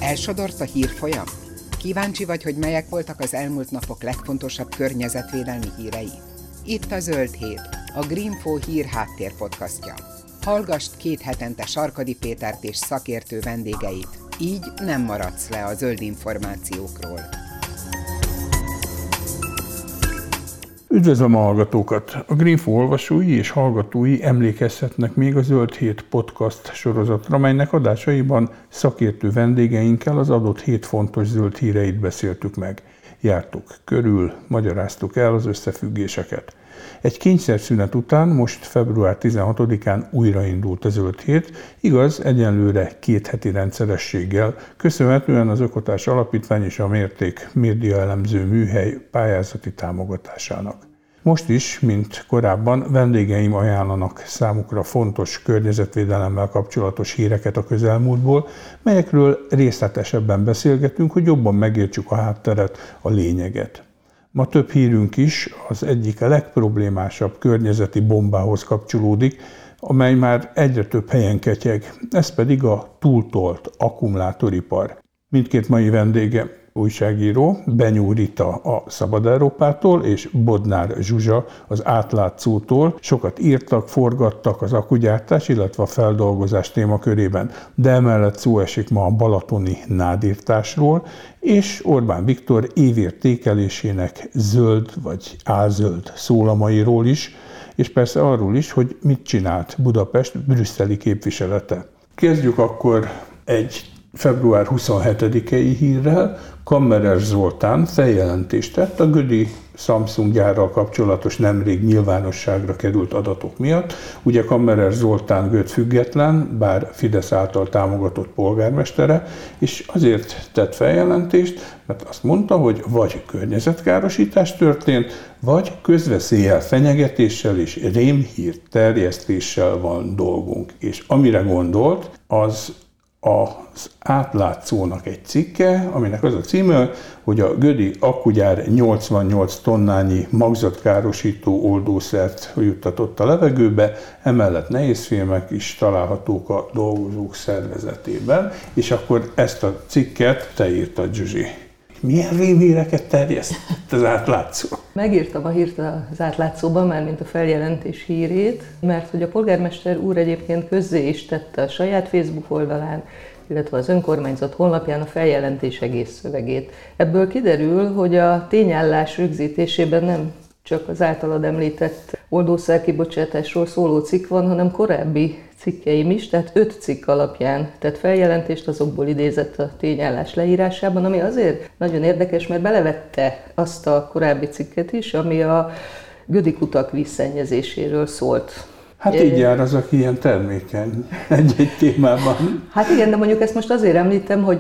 Elsodort a hírfolyam? Kíváncsi vagy, hogy melyek voltak az elmúlt napok legfontosabb környezetvédelmi hírei? Itt a Zöld Hét, a Greenfo hír háttérpodcastja. Hallgasd 2 hetente Sarkadi Pétert és szakértő vendégeit, így nem maradsz le a zöld információkról. Üdvözlöm a hallgatókat! A Greenfo olvasói és hallgatói emlékezhetnek még a Zöld Hét podcast sorozatra, melynek adásaiban szakértő vendégeinkkel az adott hét fontos zöld híreit beszéltük meg. Jártuk körül, magyaráztuk el az összefüggéseket. Egy kényszerszünet után most február 16-án újraindult a Zöld Hét, igaz, egyenlőre 2 heti rendszerességgel, köszönhetően az Ökotárs Alapítvány és a Mérték médiaelemző műhely pályázati támogatásának. Most is, mint korábban, vendégeim ajánlanak számukra fontos környezetvédelemmel kapcsolatos híreket a közelmúltból, melyekről részletesebben beszélgetünk, hogy jobban megértsük a hátteret, a lényeget. Ma több hírünk is az egyik legproblémásabb környezeti bombához kapcsolódik, amely már egyre több helyen ketyeg, ez pedig a túltolt akkumulátoripar. Mindkét mai vendége újságíró, Benyó Rita a Szabad Európától és Bodnár Zsuzsa az Átlátszótól. Sokat írtak, forgattak az akkugyártás, illetve a feldolgozás témakörében, de emellett szó esik ma a balatoni nádírtásról, és Orbán Viktor évértékelésének zöld vagy álzöld szólamairól is, és persze arról is, hogy mit csinált Budapest brüsszeli képviselete. Kezdjük akkor egy február 27-i hírrel. Kammerer Zoltán feljelentést tett a gödi Samsung gyárral kapcsolatos nemrég nyilvánosságra került adatok miatt. Ugye Kammerer Zoltán Göd független, bár Fidesz által támogatott polgármestere, és azért tett feljelentést, mert azt mondta, hogy vagy környezetkárosítás történt, vagy közveszéllyel, fenyegetéssel és rémhír terjesztéssel van dolgunk. És amire gondolt, az az Átlátszónak egy cikke, aminek az a címe, hogy a gödi akkugyár 88 tonnányi magzatkárosító oldószert juttatott a levegőbe, emellett nehézfémek is találhatók a dolgozók szervezetében, és akkor ezt a cikket te írtad, Zsuzsi. Milyen rémhíreket terjesztett az Átlátszó? Megírtam a hírt az Átlátszóban, mármint a feljelentés hírét, mert hogy a polgármester úr egyébként közzé is tette a saját Facebook oldalán, illetve az önkormányzat honlapján a feljelentés egész szövegét. Ebből kiderül, hogy a tényállás rögzítésében nem csak az általad említett oldószerkibocsátásról szóló cikk van, hanem korábbi cikkeim is, tehát 5 cikk alapján tett feljelentést, azokból idézett a tényállás leírásában, ami azért nagyon érdekes, mert belevette azt a korábbi cikket is, ami a gödi kutak vízszennyezéséről szólt. Hát így jár az, aki ilyen termékeny egy-egy témában. Hát igen, de mondjuk ezt most azért említem, hogy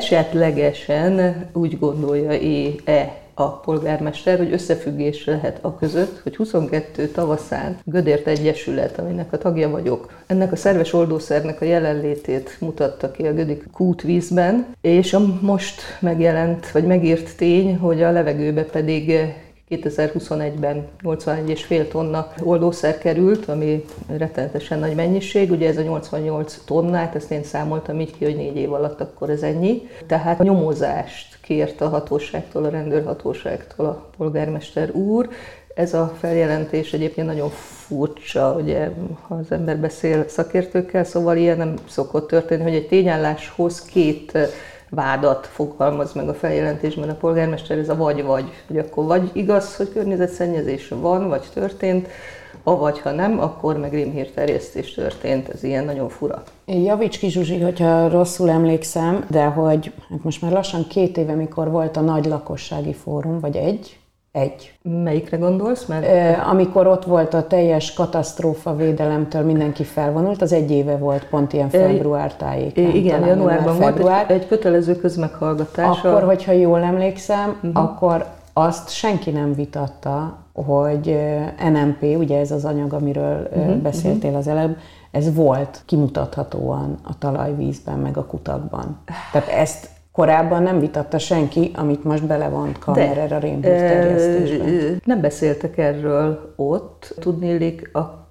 esetlegesen úgy gondolja-e a polgármester, hogy összefüggés lehet a között, hogy 22 tavaszán Gödért Egyesület, aminek a tagja vagyok, ennek a szerves oldószernek a jelenlétét mutatta ki a gödi kútvízben, és a most megjelent, vagy megírt tény, hogy a levegőbe pedig 2021-ben 81,5 tonna oldószer került, ami rettenetesen nagy mennyiség. Ugye ez a 88 tonnát, ezt én számoltam így ki, hogy 4 év alatt akkor ez ennyi. Tehát a nyomozást kért a hatóságtól, a rendőrhatóságtól a polgármester úr. Ez a feljelentés egyébként nagyon furcsa, ugye, ha az ember beszél szakértőkkel, szóval ilyen nem szokott történni, hogy egy tényálláshoz 2 vádat fogalmaz meg a feljelentésben a polgármester, ez a vagy-vagy, hogy akkor vagy igaz, hogy környezetszennyezés van, vagy történt, avagy ha nem, akkor meg rémhírterjesztés történt, ez ilyen nagyon fura. Javíts ki, Zsuzsi, hogyha rosszul emlékszem, de hogy hát most már lassan 2 éve, mikor volt a nagy lakossági fórum, vagy egy. Melyikre gondolsz? Amikor ott volt a teljes katasztrófa védelemtől mindenki felvonult, az 1 éve volt pont ilyen február tájékán. Igen, januárban volt egy kötelező közmeghallgatás. Akkor, hogyha jól emlékszem, akkor azt senki nem vitatta, hogy NMP, ugye ez az anyag, amiről beszéltél az előbb, ez volt kimutathatóan a talajvízben, meg a kutakban. Tehát ezt korábban nem vitatta senki, amit most belevont Kammerer a rémhírterjesztésben. Nem beszéltek erről ott. Tudnélik,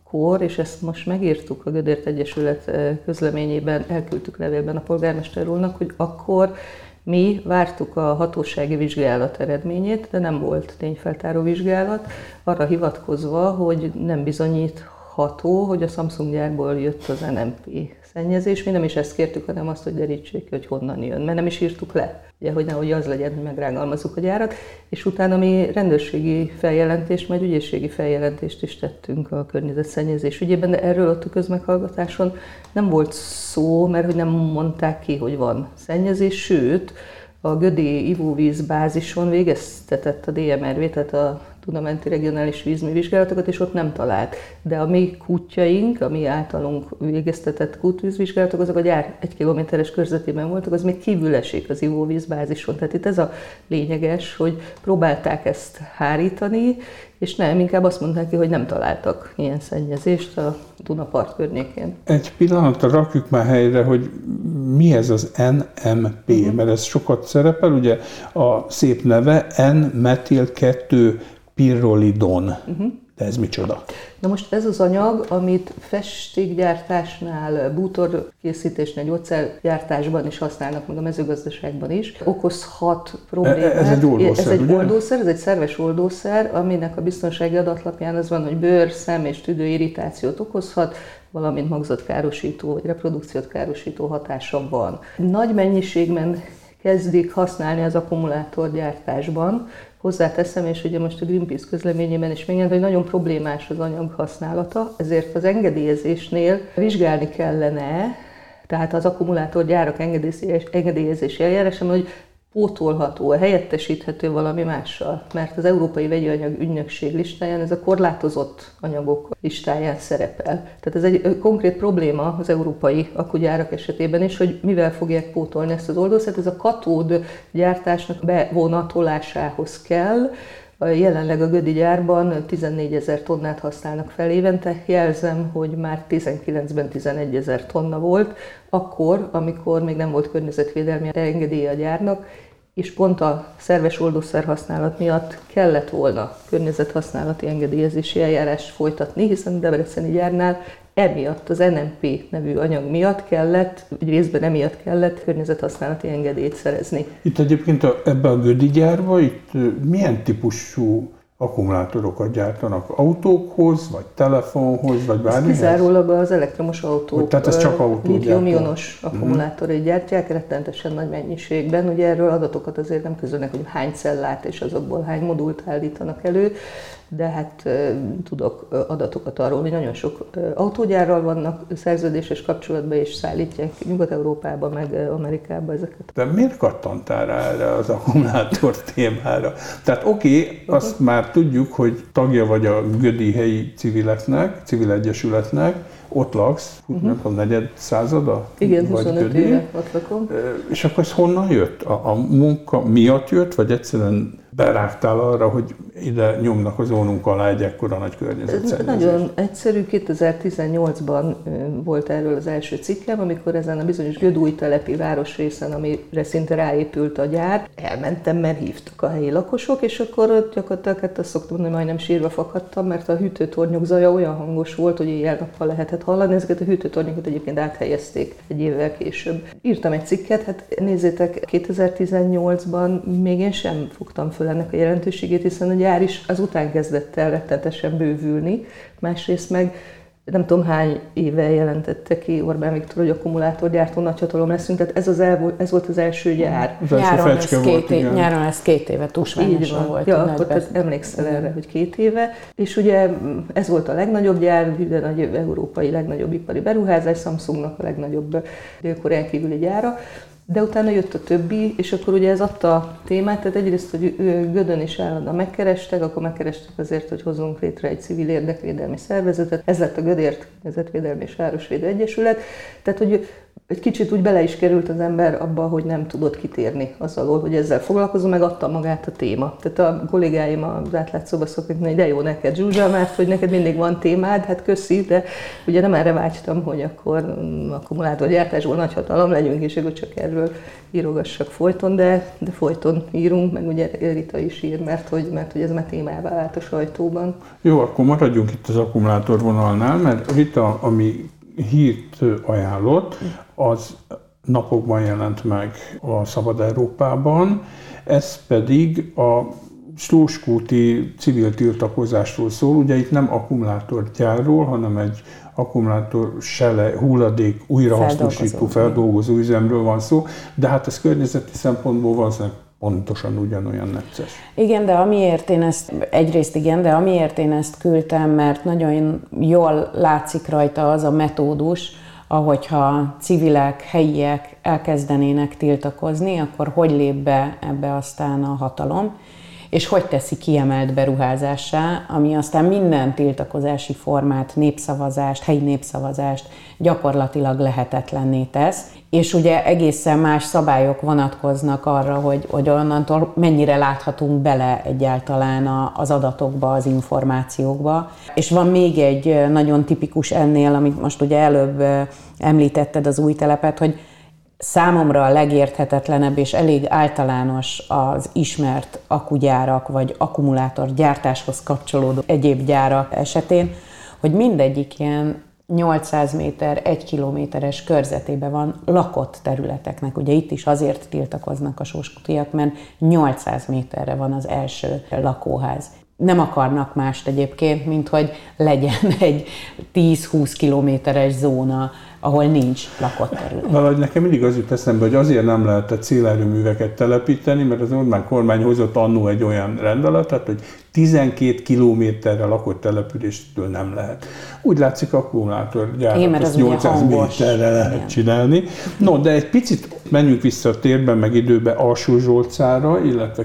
akkor, és ezt most megírtuk a Gödért Egyesület közleményében, elküldtük levélben a polgármester úrnak, hogy akkor mi vártuk a hatósági vizsgálat eredményét, de nem volt tényfeltáró vizsgálat, arra hivatkozva, hogy nem bizonyítható, hogy a Samsung gyárból jött az NMP szennyezés. Mi nem is ezt kértük, hanem azt, hogy derítsék ki, hogy honnan jön, mert nem is írtuk le. Ugye, hogy nehogy az legyen, hogy megrágalmazzuk a gyárat, és utána mi rendőrségi feljelentést, majd ügyészségi feljelentést is tettünk a környezetszennyezés ügyében, de erről ott a közmeghallgatáson nem volt szó, mert hogy nem mondták ki, hogy van szennyezés, sőt, a Gödi ivóvíz bázison végeztetett a DMRV, tehát a Duna-menti regionális vízművizsgálatokat, és ott nem talált. De a mi kútjaink, a mi általunk végeztetett kútvízvizsgálatok, azok a gyár 1 kilométeres körzetében voltak, az még kívül esik az ivóvíz bázison. Tehát itt ez a lényeges, hogy próbálták ezt hárítani, és nem, inkább azt mondták ki, hogy nem találtak ilyen szennyezést a Dunapart környékén. Egy pillanatra rakjuk már helyre, hogy mi ez az NMP, mert ez sokat szerepel, ugye a szép neve N-metil-2-pirrolidon. De ez micsoda? Na most ez az anyag, amit festékgyártásnál, bútorkészítésnél, gyógyszergyártásban is használnak, meg a mezőgazdaságban is, okozhat problémát. Ez egy oldószer, ez egy oldószer, ez egy szerves oldószer, aminek a biztonsági adatlapján az van, hogy bőr, szem és tüdő irritációt okozhat, valamint magzatkárosító vagy reprodukciót károsító hatása van. Nagy mennyiségben kezdik használni az akkumulátorgyártásban. Hozzáteszem, és ugye most a Greenpeace közleményében is megjelent, hogy nagyon problémás az anyag használata, ezért az engedélyezésnél vizsgálni kellene, tehát az akkumulátorgyárak engedélyezési eljárásában, hogy pótolható, helyettesíthető valami mással, mert az Európai Vegyi Anyag Ügynökség listáján ez a korlátozott anyagok listáján szerepel. Tehát ez egy konkrét probléma az európai akkugyárak esetében is, hogy mivel fogják pótolni ezt az oldószert. Ez a katód gyártásnak bevonatolásához kell. Jelenleg a Gödi gyárban 14 000 tonnát használnak fel évente, jelzem, hogy már 19-ben 11 000 tonna volt, akkor, amikor még nem volt környezetvédelmi engedélye a gyárnak, és pont a szerves oldószer használat miatt kellett volna környezethasználati engedélyezési eljárást folytatni, hiszen a debreceni gyárnál emiatt, az NMP nevű anyag miatt kellett, vagy részben emiatt kellett környezethasználati engedélyt szerezni. Itt egyébként ebben a Gödi gyárban itt milyen típusú akkumulátorokat gyártanak? Autókhoz, vagy telefonhoz, vagy bármihez? Kizárólag az elektromos autók, tehát ez csak autógyártó. lítium-ionos akkumulátorai gyártják, rettenetesen nagy mennyiségben. Ugye erről adatokat azért nem közölnek, hogy hány cellát és azokból hány modult állítanak elő, de hát tudok adatokat arról, hogy nagyon sok autógyárral vannak szerződéses kapcsolatban, és szállítják Nyugat-Európába, meg Amerikába ezeket. De miért kattantál rá erre az akkumulátor témára? Tehát azt már tudjuk, hogy tagja vagy a gödi helyi civileknek, civil egyesületnek, ott laksz, nem tudom, negyed százada? Igen, 25 éve ott lakom. És akkor ez honnan jött? A munka miatt jött, vagy egyszerűen berágtál arra, hogy ide nyomnak az ónunk alá egy ekkora nagy környezetszennyezést? Nagyon egyszerű. 2018-ban volt erről az első cikkem, amikor ezen a bizonyos gödújtelepi városrészen, amire szinte ráépült a gyár, elmentem, mert hívtak a helyi lakosok, és akkor ott gyakorlatilag, hát azt szoktam mondani, hogy majdnem sírva fakadtam, mert a hűtőtornyok zaja olyan hangos volt, hogy éjjel-nappal lehetett hallani. Ezeket a hűtőtornyokat egyébként áthelyezték egy évvel később. Írtam egy cikket, hát nézzétek, 2018-ban még én sem fogtam föl ennek a jelentőségét, hiszen a gyár is azután kezdett el rettenetesen bővülni. Másrészt meg nem tudom hány éve jelentette ki Orbán Viktor, hogy akkumulátorgyártó nagyhatalom leszünk, tehát ez volt az első gyár. Nyáron ez 2 éve, tusványosan volt. Ja, akkor emlékszel erre, hogy 2 éve. És ugye ez volt a legnagyobb gyár, a nagy európai legnagyobb ipari beruházás, Samsungnak a legnagyobb Dél-Koreán kívüli gyára. De utána jött a többi, és akkor ugye ez adta a témát, tehát egyrészt, hogy Gödön is állandóan megkerestek, akkor megkerestek azért, hogy hozzunk létre egy civil érdekvédelmi szervezetet. Ez lett a Gödért Környezetvédelmi és Városvédő Egyesület. Tehát, hogy egy kicsit úgy bele is került az ember abba, hogy nem tudott kitérni az alól, hogy ezzel foglalkozom, meg adta magát a téma. Tehát a kollégáim az átlátszóba szoktak mondani, de jó neked Zsuzsa, mert hogy neked mindig van témád, hát köszi, de ugye nem erre vágytam, hogy akkor akkumulátorgyártásból nagyhatalom legyünk, és akkor csak erről írogassak folyton, de folyton írunk, meg ugye Rita is ír, mert hogy ez már témává vált a sajtóban. Jó, akkor maradjunk itt az akkumulátorvonalnál, mert Rita, ami hírt ajánlott, az napokban jelent meg a Szabad Európában, ez pedig a Slóskúti civil tiltakozásról szól. Ugye itt nem akkumulátorgyárról, hanem egy akkumulátor hulladék újrahasznosító, feldolgozó üzemről van szó, de hát ez környezeti szempontból valószínűleg pontosan ugyanolyan necces. Igen, de amiért én ezt küldtem, mert nagyon jól látszik rajta az a metódus, ahogyha civilek, helyiek elkezdenének tiltakozni, akkor hogy lép be ebbe aztán a hatalom, és hogy teszi kiemelt beruházássá, ami aztán minden tiltakozási formát, népszavazást, helyi népszavazást gyakorlatilag lehetetlenné tesz. És ugye egészen más szabályok vonatkoznak arra, hogy onnantól mennyire láthatunk bele egyáltalán az adatokba, az információkba. És van még egy nagyon tipikus ennél, amit most ugye előbb említetted, az új telepet, hogy számomra a legérthetetlenebb és elég általános az ismert akkugyárak vagy akkumulátorgyártáshoz kapcsolódó egyéb gyárak esetén, hogy mindegyik ilyen 800 méter, 1 kilométeres körzetében van lakott területeknek. Ugye itt is azért tiltakoznak a sóskútiak, mert 800 méterre van az első lakóház. Nem akarnak mást egyébként, mint hogy legyen egy 10-20 kilométeres zóna, ahol nincs lakott terület. Valahogy nekem mindig az jut eszembe, hogy azért nem lehetett szélerőműveket telepíteni, mert az Orbán kormány hozott annó egy olyan rendeletet, hogy 12 kilométerre lakott településtől nem lehet. Úgy látszik, akkumulátorgyárat azt 800 méterre lehet csinálni. No, de egy picit menjünk vissza a térben, meg időben Alsó-Zsolcára, illetve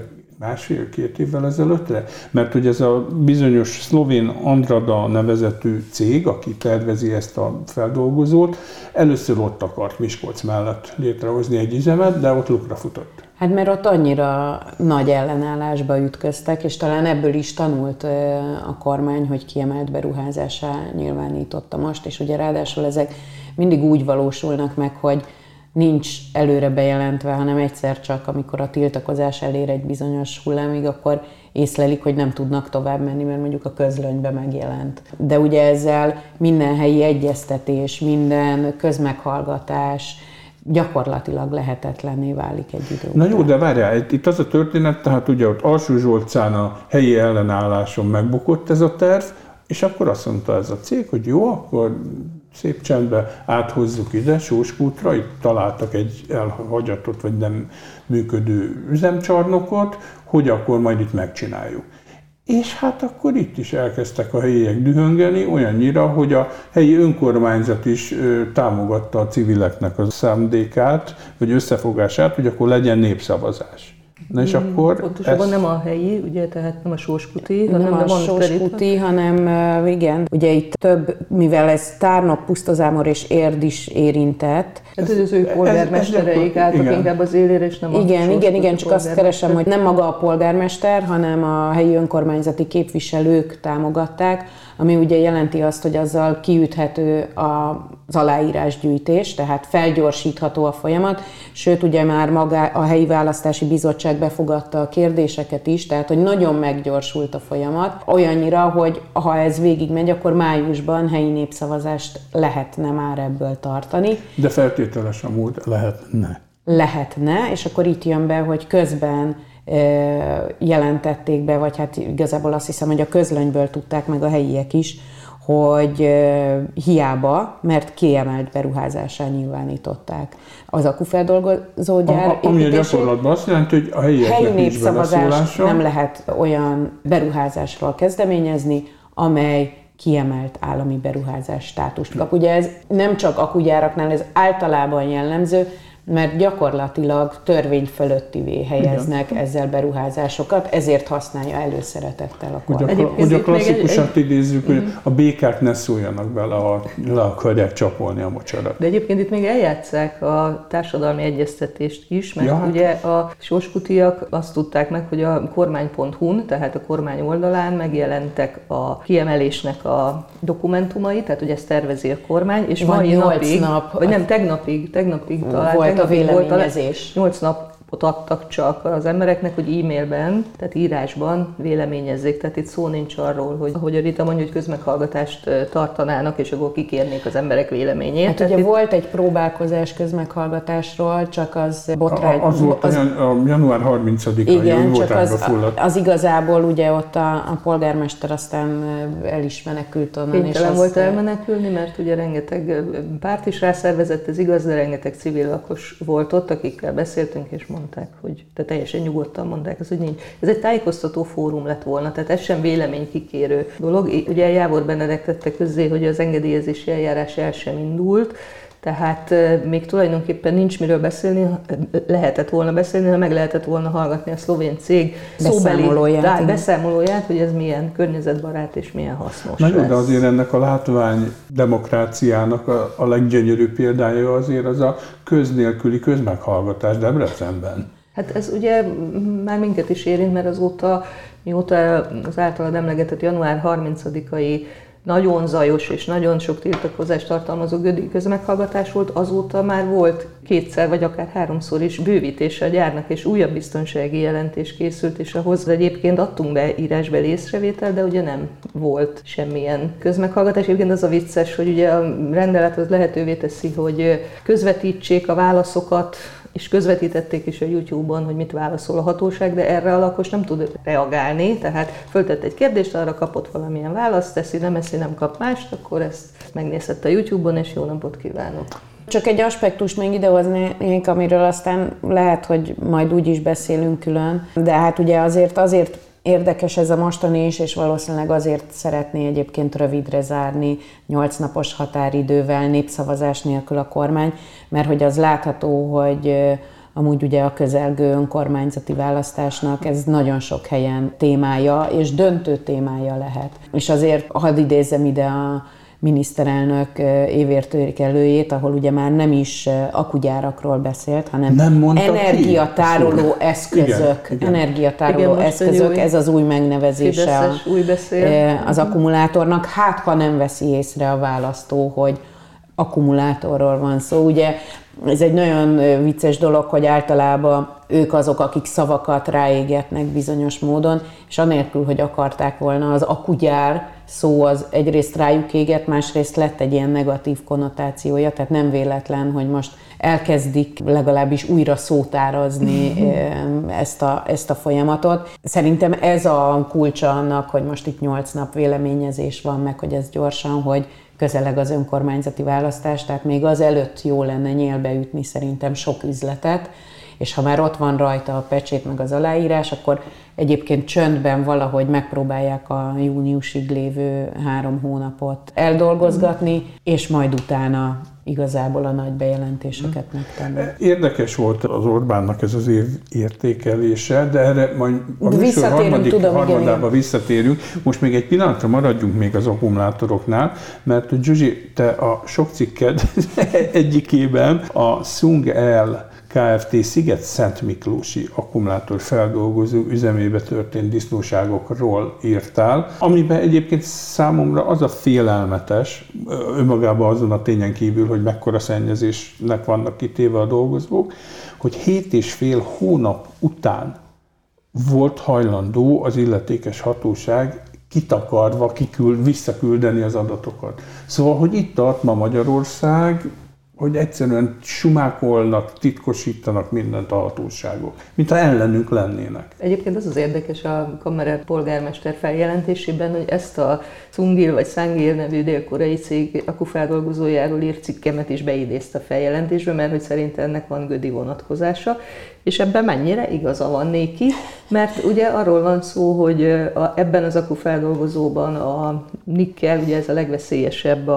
1,5-2 évvel ezelőttre, mert hogy ez a bizonyos szlovén Andrada nevezetű cég, aki tervezi ezt a feldolgozót, először ott akart Miskolc mellett létrehozni egy üzemet, de ott lukra futott. Hát mert ott annyira nagy ellenállásba ütköztek, és talán ebből is tanult a kormány, hogy kiemelt beruházásá nyilvánította most, és ugye ráadásul ezek mindig úgy valósulnak meg, hogy nincs előre bejelentve, hanem egyszer csak, amikor a tiltakozás elér egy bizonyos hullámig, akkor észlelik, hogy nem tudnak tovább menni, mert mondjuk a közlönybe megjelent. De ugye ezzel minden helyi egyeztetés, minden közmeghallgatás gyakorlatilag lehetetlenné válik egy idő után. Na jó, de várjál, itt az a történet, tehát ugye ott Alsó-Zsolcán a helyi ellenálláson megbukott ez a terv, és akkor azt mondta ez a cég, hogy jó, akkor szép csendben áthozzuk ide, Sóskútra, itt találtak egy elhagyatott vagy nem működő üzemcsarnokot, hogy akkor majd itt megcsináljuk. És hát akkor itt is elkezdtek a helyiek dühöngeni, olyannyira, hogy a helyi önkormányzat is támogatta a civileknek a szándékát, vagy összefogását, hogy akkor legyen népszavazás. Na és akkor pontosabban nem a helyi, ugye, tehát nem a sóskúti, hanem a sóskúti, hanem igen, ugye itt több, mivel ez Tárnok, Pusztazámor és Érd is érintett. Hát az ő polgármestereik álltak inkább az élére, és nem a Igen, csak azt keresem, hogy nem maga a polgármester, hanem a helyi önkormányzati képviselők támogatták, ami ugye jelenti azt, hogy azzal kiüthető az aláírásgyűjtés, tehát felgyorsítható a folyamat, sőt ugye már maga a helyi választási bizottság befogadta a kérdéseket is, tehát hogy nagyon meggyorsult a folyamat, olyannyira, hogy ha ez végigmegy, akkor májusban helyi népszavazást lehetne már ebből tartani. De feltételes amúgy lehetne. Lehetne, és akkor itt jön be, hogy közben jelentették be, vagy hát igazából azt hiszem, hogy a közlönyből tudták meg a helyiek is, hogy hiába, mert kiemelt beruházásá nyilvánították az akkufeldolgozógyár ami a gyakorlatban azt jelenti, hogy a helyieknek nincs beleszólása. Nem lehet olyan beruházásról kezdeményezni, amely kiemelt állami beruházás státust kap. Ugye ez nem csak akkugyáraknál, ez általában jellemző, mert gyakorlatilag törvény fölöttivé helyeznek ezzel beruházásokat, ezért használja előszeretettel a kormány. Hogy a klasszikusat idézzük, hogy a békák ne szóljanak bele, ha le akarják csapolni a mocsarat. De egyébként itt még eljátsszák a társadalmi egyeztetést is, mert ugye a sorskutiak azt tudták meg, hogy a kormány.hu-n, tehát a kormány oldalán megjelentek a kiemelésnek a dokumentumai, tehát ugye ezt tervezi a kormány, és mai napig, vagy nem, tegnapig volt a véleményezés. 8 napot adtak csak az embereknek, hogy e-mailben, tehát írásban véleményezzék. Tehát itt szó nincs arról, hogy ahogy a Rita mondja, hogy közmeghallgatást tartanának, és akkor kikérnék az emberek véleményét. Hát ugye volt egy próbálkozás közmeghallgatásról, csak az botrány. Az volt a január 30-ai, igen, csak az igazából ugye ott a polgármester aztán el is menekült onnan. Kénytelen volt elmenekülni, mert ugye rengeteg párt is rászervezett, ez igaz, de rengeteg civil lakos volt ott, akikkel beszéltünk, és mondták, hogy teljesen nyugodtan mondták, hogy nincs. Ez egy tájékoztató fórum lett volna, tehát ez sem véleménykikérő dolog. Ugye Jávor Benedek tette közzé, hogy az engedélyezési eljárás el sem indult, tehát még tulajdonképpen nincs miről beszélni, lehetett volna beszélni, ha meg lehetett volna hallgatni a szlovén cég beszámolóját, hogy ez milyen környezetbarát és milyen hasznos. Na jó, de azért ennek a látvány demokráciának a leggyönyörűbb példája azért az a köz nélküli közmeghallgatás Debrecenben. Hát ez ugye már minket is érint, mert azóta, mióta az általad emlegetett január 30-ai nagyon zajos és nagyon sok tiltakozást tartalmazó gödi közmeghallgatás volt, azóta már volt 2-szer vagy akár 3-szor is bővítése a gyárnak, és újabb biztonsági jelentés készült, és ahhoz egyébként adtunk be írásbeli észrevétel, de ugye nem volt semmilyen közmeghallgatás. Egyébként az a vicces, hogy ugye a rendelet az lehetővé teszi, hogy közvetítsék a válaszokat, és közvetítették is a YouTube-on, hogy mit válaszol a hatóság, de erre a lakos nem tud reagálni, tehát föltett egy kérdést, arra kapott valamilyen választ, teszi, nem kap mást, akkor ezt megnézhette a YouTube-on, és jó napot kívánok. Csak egy aspektus még idehoznék, amiről aztán lehet, hogy majd úgy is beszélünk külön, de hát ugye azért érdekes ez a mostani is, és valószínűleg azért szeretné egyébként rövidre zárni 8 napos határidővel, népszavazás nélkül a kormány, mert hogy az látható, hogy amúgy ugye a közelgő önkormányzati választásnak ez nagyon sok helyen témája, és döntő témája lehet. És azért hadd idézzem ide a miniszterelnök évértékelőjét, ahol ugye már nem is akugyárakról beszélt, hanem energiatároló eszközök. Igen. Energiatároló eszközök, ez az új megnevezése az akkumulátornak. Hát, ha nem veszi észre a választó, hogy akkumulátorról van szó. Ugye ez egy nagyon vicces dolog, hogy általában ők azok, akik szavakat ráégetnek bizonyos módon, és anélkül, hogy akarták volna, az akugyár szó az egyrészt rájuk éget, másrészt lett egy ilyen negatív konnotációja, tehát nem véletlen, hogy most elkezdik legalábbis újra szótárazni ezt a folyamatot. Szerintem ez a kulcsa annak, hogy most itt 8 nap véleményezés van, meg hogy ez gyorsan, hogy közeleg az önkormányzati választás, tehát még az előtt jó lenne nyélbeütni szerintem sok üzletet, és ha már ott van rajta a pecsét meg az aláírás, akkor egyébként csöndben valahogy megpróbálják a júniusig lévő 3 hónapot eldolgozgatni, és majd utána igazából a nagy bejelentéseket megtenni. Érdekes volt az Orbánnak ez az év értékelése, de erre majd a műsor harmadába visszatérünk. Most még egy pillanatra maradjunk még az akkumulátoroknál, mert Zsuzsi, te a sok cikked egyikében a Sung El Kft. Sziget-Szentmiklósi akkumulátorfeldolgozó üzemébe történt disznóságokról írtál, amiben egyébként számomra az a félelmetes, önmagában azon a tényen kívül, hogy mekkora szennyezésnek vannak kitéve a dolgozók, hogy 7,5 hónap után volt hajlandó az illetékes hatóság kitakarva visszaküldeni az adatokat. Szóval, hogy itt tart ma Magyarország, hogy egyszerűen sumákolnak, titkosítanak mindent a hatóságok, mintha ellenünk lennének. Egyébként az érdekes a Kammerer polgármester feljelentésében, hogy ezt a Sungil vagy Sangil nevű dél-koreai cég akkufeldolgozójáról írt cikkemet is beidézte a feljelentésbe, mert hogy szerint ennek van gödi vonatkozása, és ebben mennyire igaza van néki, mert ugye arról van szó, hogy ebben az akkufeldolgozóban a nikkel, ugye ez a legveszélyesebb a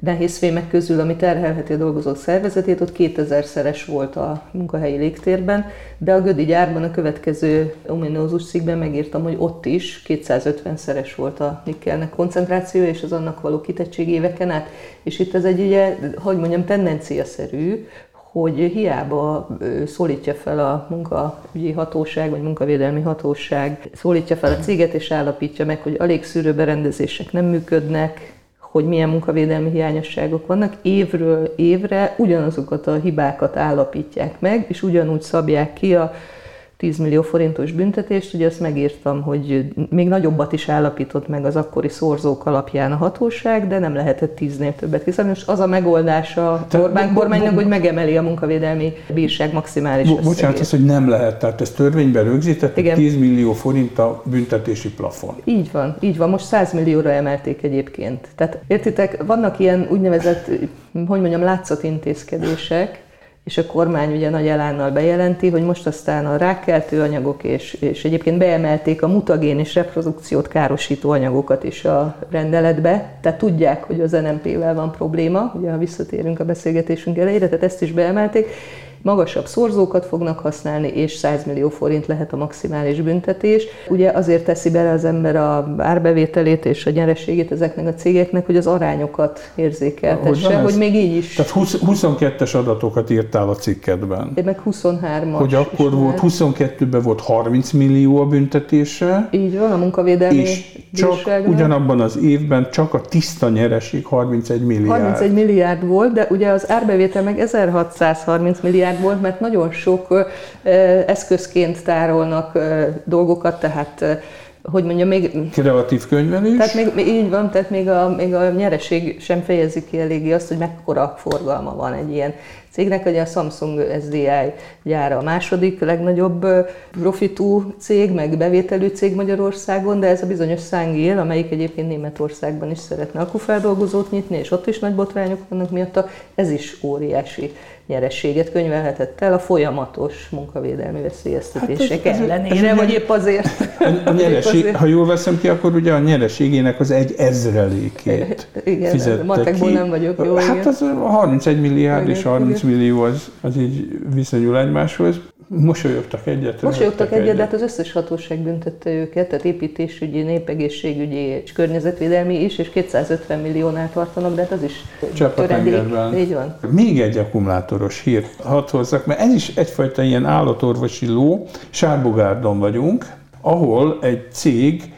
nehézfémek közül, ami terhelheti a dolgozók szervezetét, ott 2000-szeres volt a munkahelyi légtérben, de a Gödi gyárban a következő ominózus cikkben megírtam, hogy ott is 250-szeres volt a nikkelnek koncentrációja, és az annak való kitettség éveken át. És itt ez egy, ugye, hogy mondjam, tendenciaszerű, hogy hiába szólítja fel a munkaügyi hatóság, vagy munkavédelmi hatóság, szólítja fel a céget és állapítja meg, hogy a légszűrőberendezések nem működnek, hogy milyen munkavédelmi hiányosságok vannak, évről évre ugyanazokat a hibákat állapítják meg, és ugyanúgy szabják ki a 10 millió forintos büntetést. Ugye azt megírtam, hogy még nagyobbat is állapított meg az akkori szorzók alapján a hatóság, de nem lehetett 10-nél többet kiszabni. Most az a megoldása Orbán kormánynak, hogy megemeli a munkavédelmi bírság maximális összegét. Bocsánat, az, hogy nem lehet, tehát ezt törvényben rögzített, 10 millió forint a büntetési plafon. Így van, most 100 millióra emelték egyébként. Tehát értitek, vannak ilyen úgynevezett, hogy mondjam, látszatintézkedések, és a kormány ugye nagy elánnal bejelenti, hogy most aztán a rákkeltő anyagok és egyébként beemelték a mutagén és reprodukciót károsító anyagokat is a rendeletbe, tehát tudják, hogy az NMP-vel van probléma, ugye ha visszatérünk a beszélgetésünk elejére, tehát ezt is beemelték, magasabb szorzókat fognak használni, és 100 millió forint lehet a maximális büntetés. Ugye azért teszi bele az ember a árbevételét és a nyereségét ezeknek a cégeknek, hogy az arányokat érzékeltesse, hogy még így is. Tehát 22-es adatokat írtál a cikkedben. Én meg 23-as. Hogy akkor volt, 22-ben volt 30 millió a büntetése. Így van, a munkavédelmi és csak ugyanabban az évben csak a tiszta nyereség 31 milliárd. 31 milliárd volt, de ugye az árbevétel meg 1630 milliárd volt, mert nagyon sok eszközként tárolnak dolgokat, tehát hogy mondjam, még... Kreatív könyvelés. Tehát még így van, tehát még a nyereség sem fejezi ki eléggé azt, hogy mekkora forgalma van egy ilyen cégnek. Ugye a Samsung SDI gyára a második legnagyobb profitú cég, meg bevételű cég Magyarországon, de ez a bizonyos Sangil, amelyik egyébként Németországban is szeretne akkufeldolgozót nyitni, és ott is nagy botrányok vannak miatta, ez is óriási nyerességet könyvelhetett el a folyamatos munkavédelmi veszélyeztetések ellenére, vagy épp azért. A nyereség, ha jól veszem ki, akkor ugye a nyereségének az 1/1000-ét fizette matekból ki. nem vagyok jó. Hát az a 31 milliárd és 30 millió az így viszonyul egymáshoz. Mosolyogtak egyet. Mosolyogtak egyet, de hát az összes hatóság büntette őket, tehát építésügyi, népegészségügyi és környezetvédelmi is, és 250 milliónál tartanak, de hát az is töredék. Így van. Még egy akkumulátoros hírt hadd hozzak, mert ez is egyfajta ilyen állatorvosi ló. Sárbogárdon vagyunk, ahol egy cég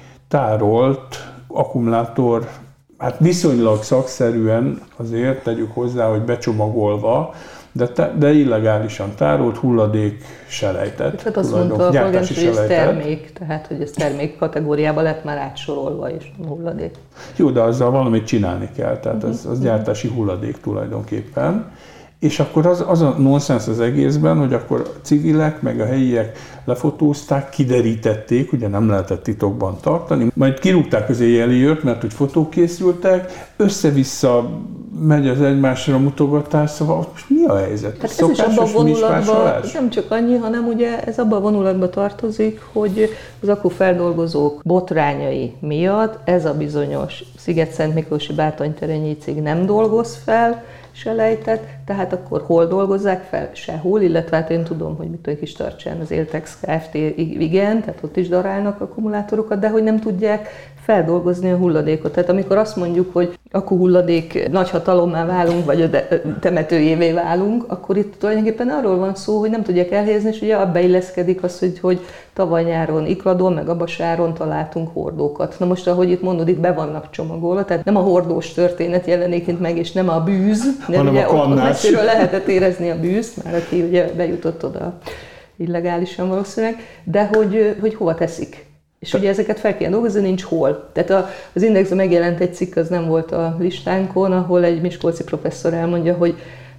tárolt akkumulátor, hát viszonylag szakszerűen, azért tegyük hozzá, hogy becsomagolva, de illegálisan tárolt hulladék selejtet. Tehát azt mondta a polgármester, hogy ez termék, tehát hogy ez termék kategóriába lett már átsorolva, és hulladék. Jó, de azzal valamit csinálni kell, tehát az gyártási hulladék tulajdonképpen. És akkor az a nonsens az egészben, hogy akkor a civilek meg a helyiek lefotózták, kiderítették, ugye nem lehetett titokban tartani, majd kirúgták az éjjeliőrt, mert hogy fotók készültek, össze-vissza megy az egymásra mutogatás, szóval most mi a helyzet? Hát ez is abban a vonulatban, nem csak annyi, hanem ugye ez abban a vonulatban tartozik, hogy az akkufeldolgozók botrányai miatt ez a bizonyos Sziget-Szentmiklósi Bátonyterényi cég nem dolgoz fel selejtet, tehát akkor hol dolgozzák fel? Sehol, illetve hát én tudom, hogy mit kis Tartsán az Éltex Kft. Igen, tehát ott is darálnak akkumulátorokat, de hogy nem tudják feldolgozni a hulladékot. Tehát amikor azt mondjuk, hogy akkuhulladék nagyhatalommá válunk, vagy a temetőjévé válunk, akkor itt tulajdonképpen arról van szó, hogy nem tudják elhelyezni, és ugye abba illeszkedik az, hogy tavaly nyáron Ikladon, meg Abasáron találtunk hordókat. Na most, ahogy itt mondod, itt be vannak csomagolva, tehát nem a hordós történet jelenik itt meg, és nem a bűz, de ugye ott messziről lehetett érezni a bűzt, már aki ugye bejutott oda illegálisan valószínűleg, de hogy hova teszik. És ugye ezeket fel kell dolgozni, nincs hol. Tehát az Indexben megjelent egy cikk, az nem volt a listánkon, ahol egy miskolci professzor elmondja, hogy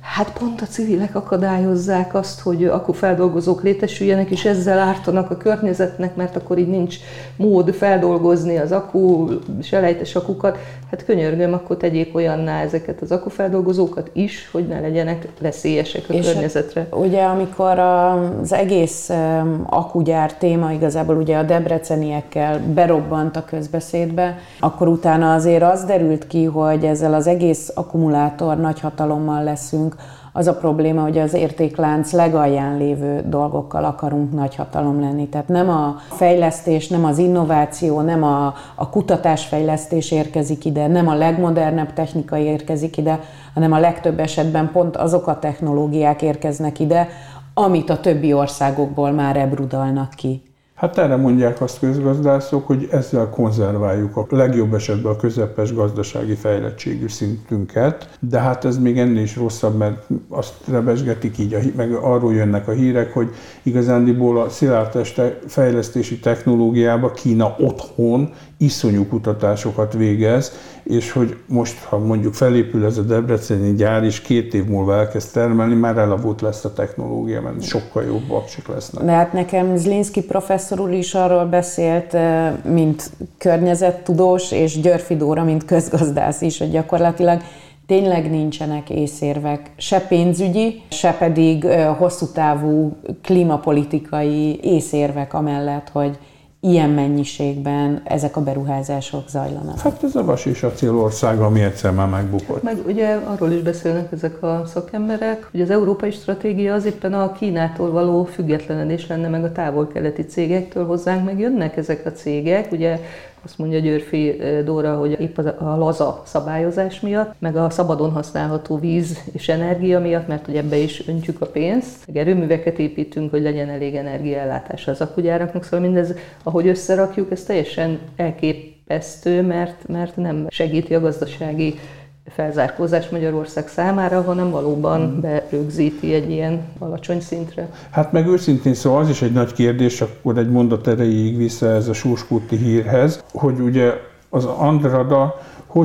Hát pont a civilek akadályozzák azt, hogy akkufeldolgozók létesüljenek, és ezzel ártanak a környezetnek, mert akkor így nincs mód feldolgozni az selejtes akukat. Hát könyörgöm, akkor tegyék olyanná ezeket az akkufeldolgozókat is, hogy ne legyenek veszélyesek a környezetre. Ugye amikor az egész akkugyár téma igazából ugye a debreceniekkel berobbant a közbeszédbe, akkor utána azért az derült ki, hogy ezzel az egész akkumulátor nagyhatalommal leszünk. Az a probléma, hogy az értéklánc legalján lévő dolgokkal akarunk nagyhatalom lenni. Tehát nem a fejlesztés, nem az innováció, nem a kutatásfejlesztés érkezik ide, nem a legmodernebb technika érkezik ide, hanem a legtöbb esetben pont azok a technológiák érkeznek ide, amit a többi országokból már ebrudalnak ki. Hát erre mondják azt közgazdászok, hogy ezzel konzerváljuk a legjobb esetben a közepes gazdasági fejlettségű szintünket, de hát ez még ennél is rosszabb, mert azt rebesgetik így, meg arról jönnek a hírek, hogy igazándiból a szilárdtest fejlesztési technológiába Kína otthon iszonyú kutatásokat végez, és hogy most, ha mondjuk felépül ez a debreceni gyár, és 2 év múlva elkezd termelni, már elavult lesz a technológia, mert sokkal jobb aksik lesznek. De hát nekem Zlinszky professzor úr is arról beszélt, mint környezettudós, és Györfi Dóra, mint közgazdász is, hogy gyakorlatilag tényleg nincsenek észérvek, se pénzügyi, se pedig hosszú távú klímapolitikai észérvek amellett, hogy ilyen mennyiségben ezek a beruházások zajlanak. Hát ez a vas és acél országa, ami egyszer már megbukott. Meg ugye arról is beszélnek ezek a szakemberek, hogy az európai stratégia az éppen a Kínától való függetlenedés lenne, meg a távol-keleti cégektől hozzánk meg jönnek ezek a cégek. Ugye azt mondja Györfi Dóra, hogy épp a laza szabályozás miatt, meg a szabadon használható víz és energia miatt, mert hogy ebbe is öntjük a pénzt, meg erőműveket építünk, hogy legyen elég energiaellátás az akkugyáraknak, szóval mindez, ahogy összerakjuk, ez teljesen elképesztő, mert nem segíti a gazdasági felzárkózás Magyarország számára, hanem valóban berögzíti egy ilyen alacsony szintre. Hát meg őszintén szóval az is egy nagy kérdés, akkor egy mondat erejéig vissza ez a Sóskúti hírhez, hogy ugye az Andrada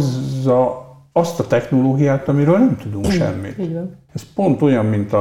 hozza azt a technológiát, amiről nem tudunk semmit. Ez pont olyan, mint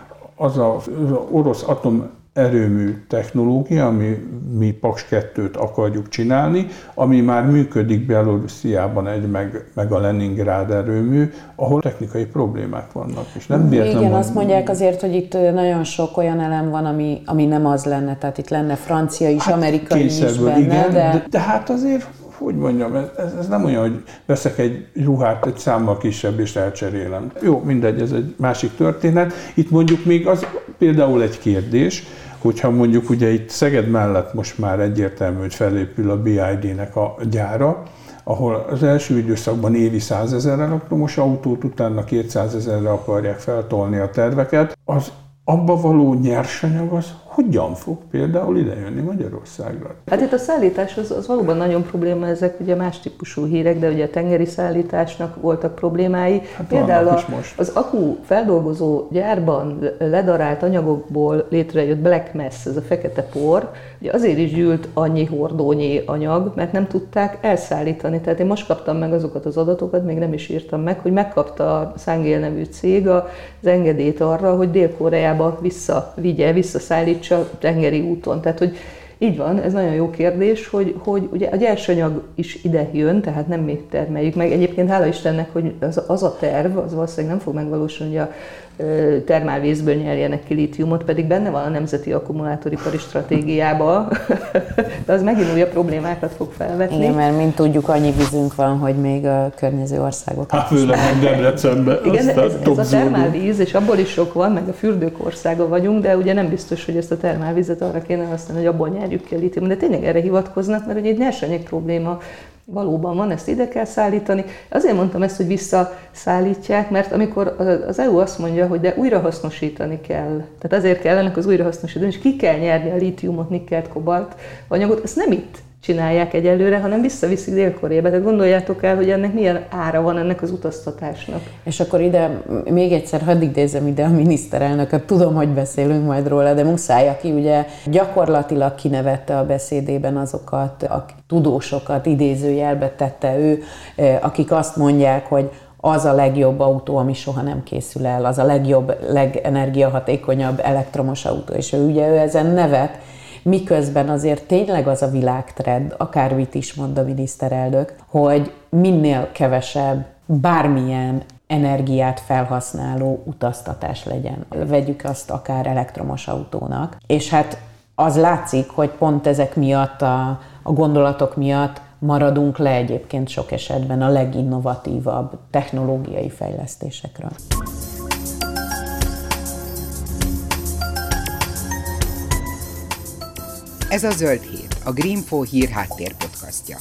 az orosz atomerőmű technológia, ami mi Paks 2-t akarjuk csinálni, ami már működik Belorussziában meg a Leningrád erőmű, ahol technikai problémák vannak. És nem igen, azt mondják azért, hogy itt nagyon sok olyan elem van, ami nem az lenne, tehát itt lenne francia is, hát amerikai is benne. Igen, de hát azért, hogy mondjam, ez nem olyan, hogy veszek egy ruhát egy számmal kisebb és elcserélem. Jó, mindegy, ez egy másik történet. Itt mondjuk még az például egy kérdés, hogyha mondjuk ugye itt Szeged mellett most már egyértelmű, hogy felépül a BID-nek a gyára, ahol az első időszakban évi 100 000 elektromos autót, utána 200 000-re akarják feltolni a terveket, az abba való nyersanyag az hogyan fog például idejönni Magyarországra? Hát itt a szállítás az valóban nagyon probléma, ezek ugye más típusú hírek, de ugye a tengeri szállításnak voltak problémái. Hát például az akku feldolgozó gyárban ledarált anyagokból létrejött black mass, ez a fekete por, ugye azért is gyűlt annyi hordónyi anyag, mert nem tudták elszállítani. Tehát én most kaptam meg azokat az adatokat, még nem is írtam meg, hogy megkapta a Sangil nevű cég az engedélyt arra, hogy Dél-Koreába visszaszállítsa tengeri úton. Tehát, hogy így van, ez nagyon jó kérdés, hogy ugye a nyersanyag is ide jön, tehát nem mi termeljük meg. Egyébként hála Istennek, hogy az a terv, az valószínűleg nem fog megvalósulni, hogy a termálvízből nyerjenek ki lítiumot, pedig benne van a Nemzeti Akkumulátoripari Stratégiában, de az megint újabb problémákat fog felvetni. Igen, mert mint tudjuk, annyi vízünk van, hogy még a környező országok. Hát főleg a Debrecenben. Igen, ez a termálvíz, és abból is sok van, meg a fürdők országa vagyunk, de ugye nem biztos, hogy ezt a termálvizet arra kéne használni, hogy abból nyerjük ki a lítiumot. De tényleg erre hivatkoznak, mert ugye egy nyersanyag probléma valóban van, ezt ide kell szállítani. Azért mondtam ezt, hogy visszaszállítják, mert amikor az EU azt mondja, hogy de újrahasznosítani kell, tehát azért kell ennek az újrahasznosítani, és ki kell nyerni a lítiumot, nikkelt, kobalt anyagot, ezt nem itt csinálják egyelőre, hanem visszaviszik Dél-Koreába. Tehát gondoljátok el, hogy ennek milyen ára van ennek az utaztatásnak. És akkor ide még egyszer hadd idézem ide a miniszterelnököt, tudom, hogy beszélünk majd róla, de muszáj, aki ugye gyakorlatilag kinevette a beszédében azokat a tudósokat, idézőjelbe tette ő, akik azt mondják, hogy az a legjobb autó, ami soha nem készül el, az a legjobb, legenergiahatékonyabb elektromos autó, és ő ezen nevet, miközben azért tényleg az a világtrend, akármit is mond a miniszterelnök, hogy minél kevesebb bármilyen energiát felhasználó utaztatás legyen. Vegyük azt akár elektromos autónak. És hát az látszik, hogy pont ezek miatt, a gondolatok miatt maradunk le egyébként sok esetben a leginnovatívabb technológiai fejlesztésekről. Ez a Zöld Hét, a Greenfo hírháttér podcastja.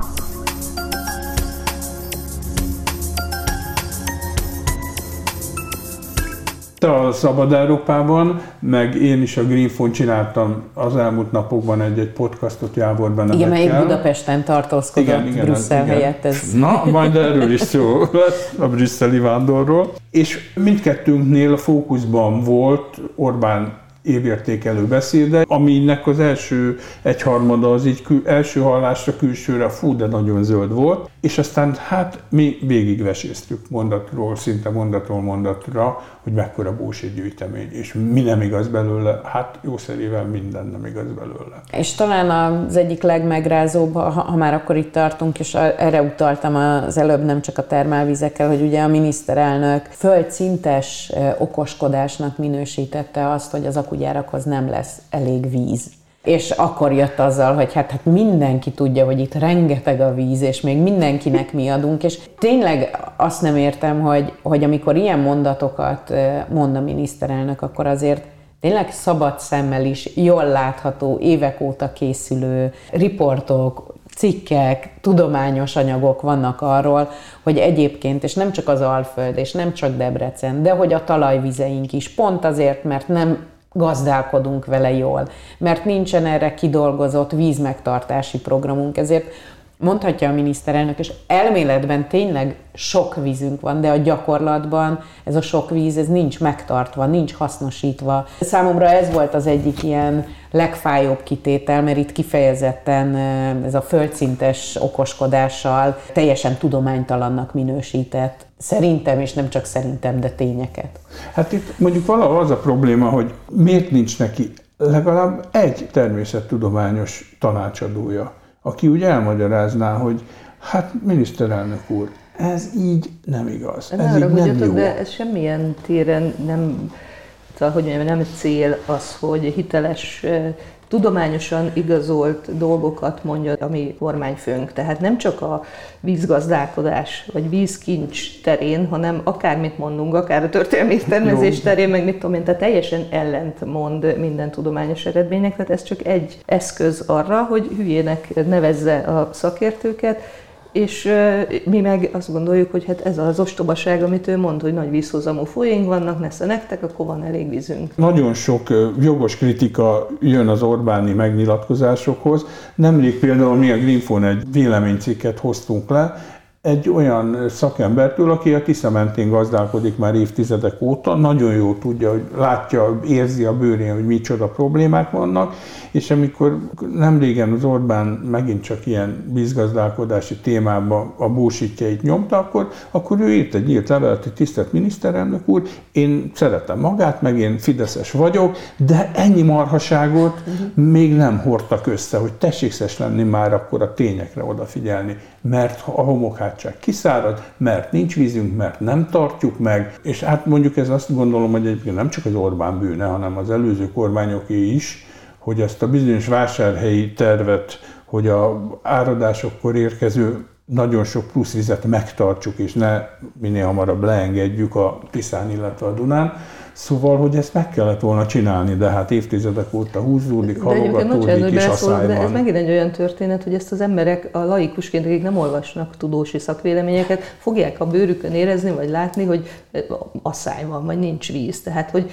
A Szabad Európában, meg én is a Greenfon csináltam az elmúlt napokban egy podcastot Jávor Benedekkel. Igen, melyik Budapesten tartózkodott Brüsszel helyett. Na, majd erről is szó lesz, a brüsszeli vándorról. És mindkettőnknél a fókuszban volt Orbán évértékelő beszéde, aminek az első egyharmada az így első hallásra, külsőre fú, de nagyon zöld volt, és aztán hát mi végigveséztük mondatról, szinte mondatról mondatra, hogy mekkora bullshit gyűjtemény, és mi nem igaz belőle, hát jószerével minden nem igaz belőle. És talán az egyik legmegrázóbb, ha már akkor itt tartunk, és erre utaltam az előbb nem csak a termálvizekkel, hogy ugye a miniszterelnök földszintes okoskodásnak minősítette azt, hogy az akugyárakhoz nem lesz elég víz. És akkor jött azzal, hogy hát mindenki tudja, hogy itt rengeteg a víz, és még mindenkinek mi adunk, és tényleg azt nem értem, hogy amikor ilyen mondatokat mond a miniszterelnök, akkor azért tényleg szabad szemmel is jól látható, évek óta készülő riportok, cikkek, tudományos anyagok vannak arról, hogy egyébként, és nem csak az Alföld, és nem csak Debrecen, de hogy a talajvizeink is pont azért, mert nem gazdálkodunk vele jól, mert nincsen erre kidolgozott vízmegtartási programunk, ezért mondhatja a miniszterelnök, és elméletben tényleg sok vízünk van, de a gyakorlatban ez a sok víz, ez nincs megtartva, nincs hasznosítva. Számomra ez volt az egyik ilyen legfájóbb kitétel, mert itt kifejezetten ez a földszintes okoskodással teljesen tudománytalannak minősített, szerintem, és nem csak szerintem, de tényeket. Hát itt mondjuk valahol az a probléma, hogy miért nincs neki legalább egy természettudományos tanácsadója, aki úgy elmagyarázná, hogy hát miniszterelnök úr, ez így nem igaz, ez így nem jó. De ez semmilyen téren nem, hogy mondjam, nem cél az, hogy hiteles, tudományosan igazolt dolgokat mondja a mi kormányfőnk. Tehát nem csak a vízgazdálkodás vagy vízkincs terén, hanem akármit mondunk, akár a történelmi értelmezés terén, meg mit tudom én, tehát teljesen ellentmond minden tudományos eredménynek. Tehát ez csak egy eszköz arra, hogy hülyének nevezze a szakértőket, és mi meg azt gondoljuk, hogy hát ez az ostobaság, amit ő mond, hogy nagy vízhozamú folyóink vannak, nesze nektek, akkor van elég vízünk. Nagyon sok jogos kritika jön az Orbáni megnyilatkozásokhoz. Nemrég például mi a Greenfon egy véleménycikket hoztunk le, egy olyan szakembertől, aki a Tisza mentén gazdálkodik már évtizedek óta, nagyon jól tudja, hogy látja, érzi a bőrén, hogy micsoda problémák vannak, és amikor nemrégen az Orbán megint csak ilyen vízgazdálkodási témában a bullshitjeit nyomta, akkor ő írt egy nyílt levelet, hogy tisztelt miniszterelnök úr, én szeretem magát, meg én fideszes vagyok, de ennyi marhaságot még nem hordtak össze, hogy tessék szes lenni már akkor a tényekre odafigyelni, mert a homokhátság kiszárad, mert nincs vízünk, mert nem tartjuk meg, és hát mondjuk ez azt gondolom, hogy egyébként nem csak az Orbán bűne, hanem az előző kormányoké is, hogy ezt a bizonyos vásárhelyi tervet, hogy az áradásokkor érkező nagyon sok plusz vizet megtartsuk, és ne minél hamarabb leengedjük a Tiszán, illetve a Dunán. Szóval, hogy ezt meg kellett volna csinálni, de hát évtizedek óta húzódik, halogatódik és a szájban. De ez megint egy olyan történet, hogy ezt az emberek a laikusként, akik nem olvasnak tudósi szakvéleményeket, fogják a bőrükön érezni, vagy látni, hogy asszály van, vagy nincs víz. Tehát, hogy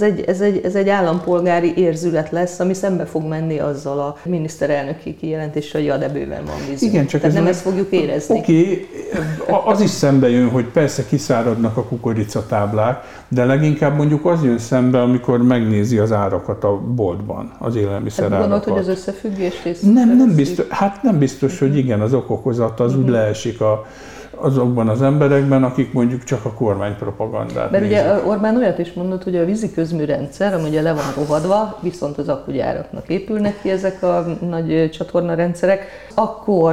ez egy állampolgári érzület lesz, ami szembe fog menni azzal a miniszterelnöki kijelentéssel, hogy ja, de bőven van vízünk. Igen, csak tehát nem ezt fogjuk érezni. Oké, az is szembe jön, hogy persze kiszáradnak a kukoricatáblák, de leginkább mondjuk az jön szembe, amikor megnézi az árakat a boltban, az élelmiszerárakat. Gondolod, hogy az összefüggés rész? Nem biztos, hogy igen, az okokozat az úgy leesik azokban az emberekben, akik mondjuk csak a kormánypropagandát Mert nézik. ugye Orbán olyat is mondott, hogy a vízi közműrendszer, ami ugye le van rohadva, viszont az akkugyáraknak épülnek ki ezek a nagy csatornarendszerek, akkor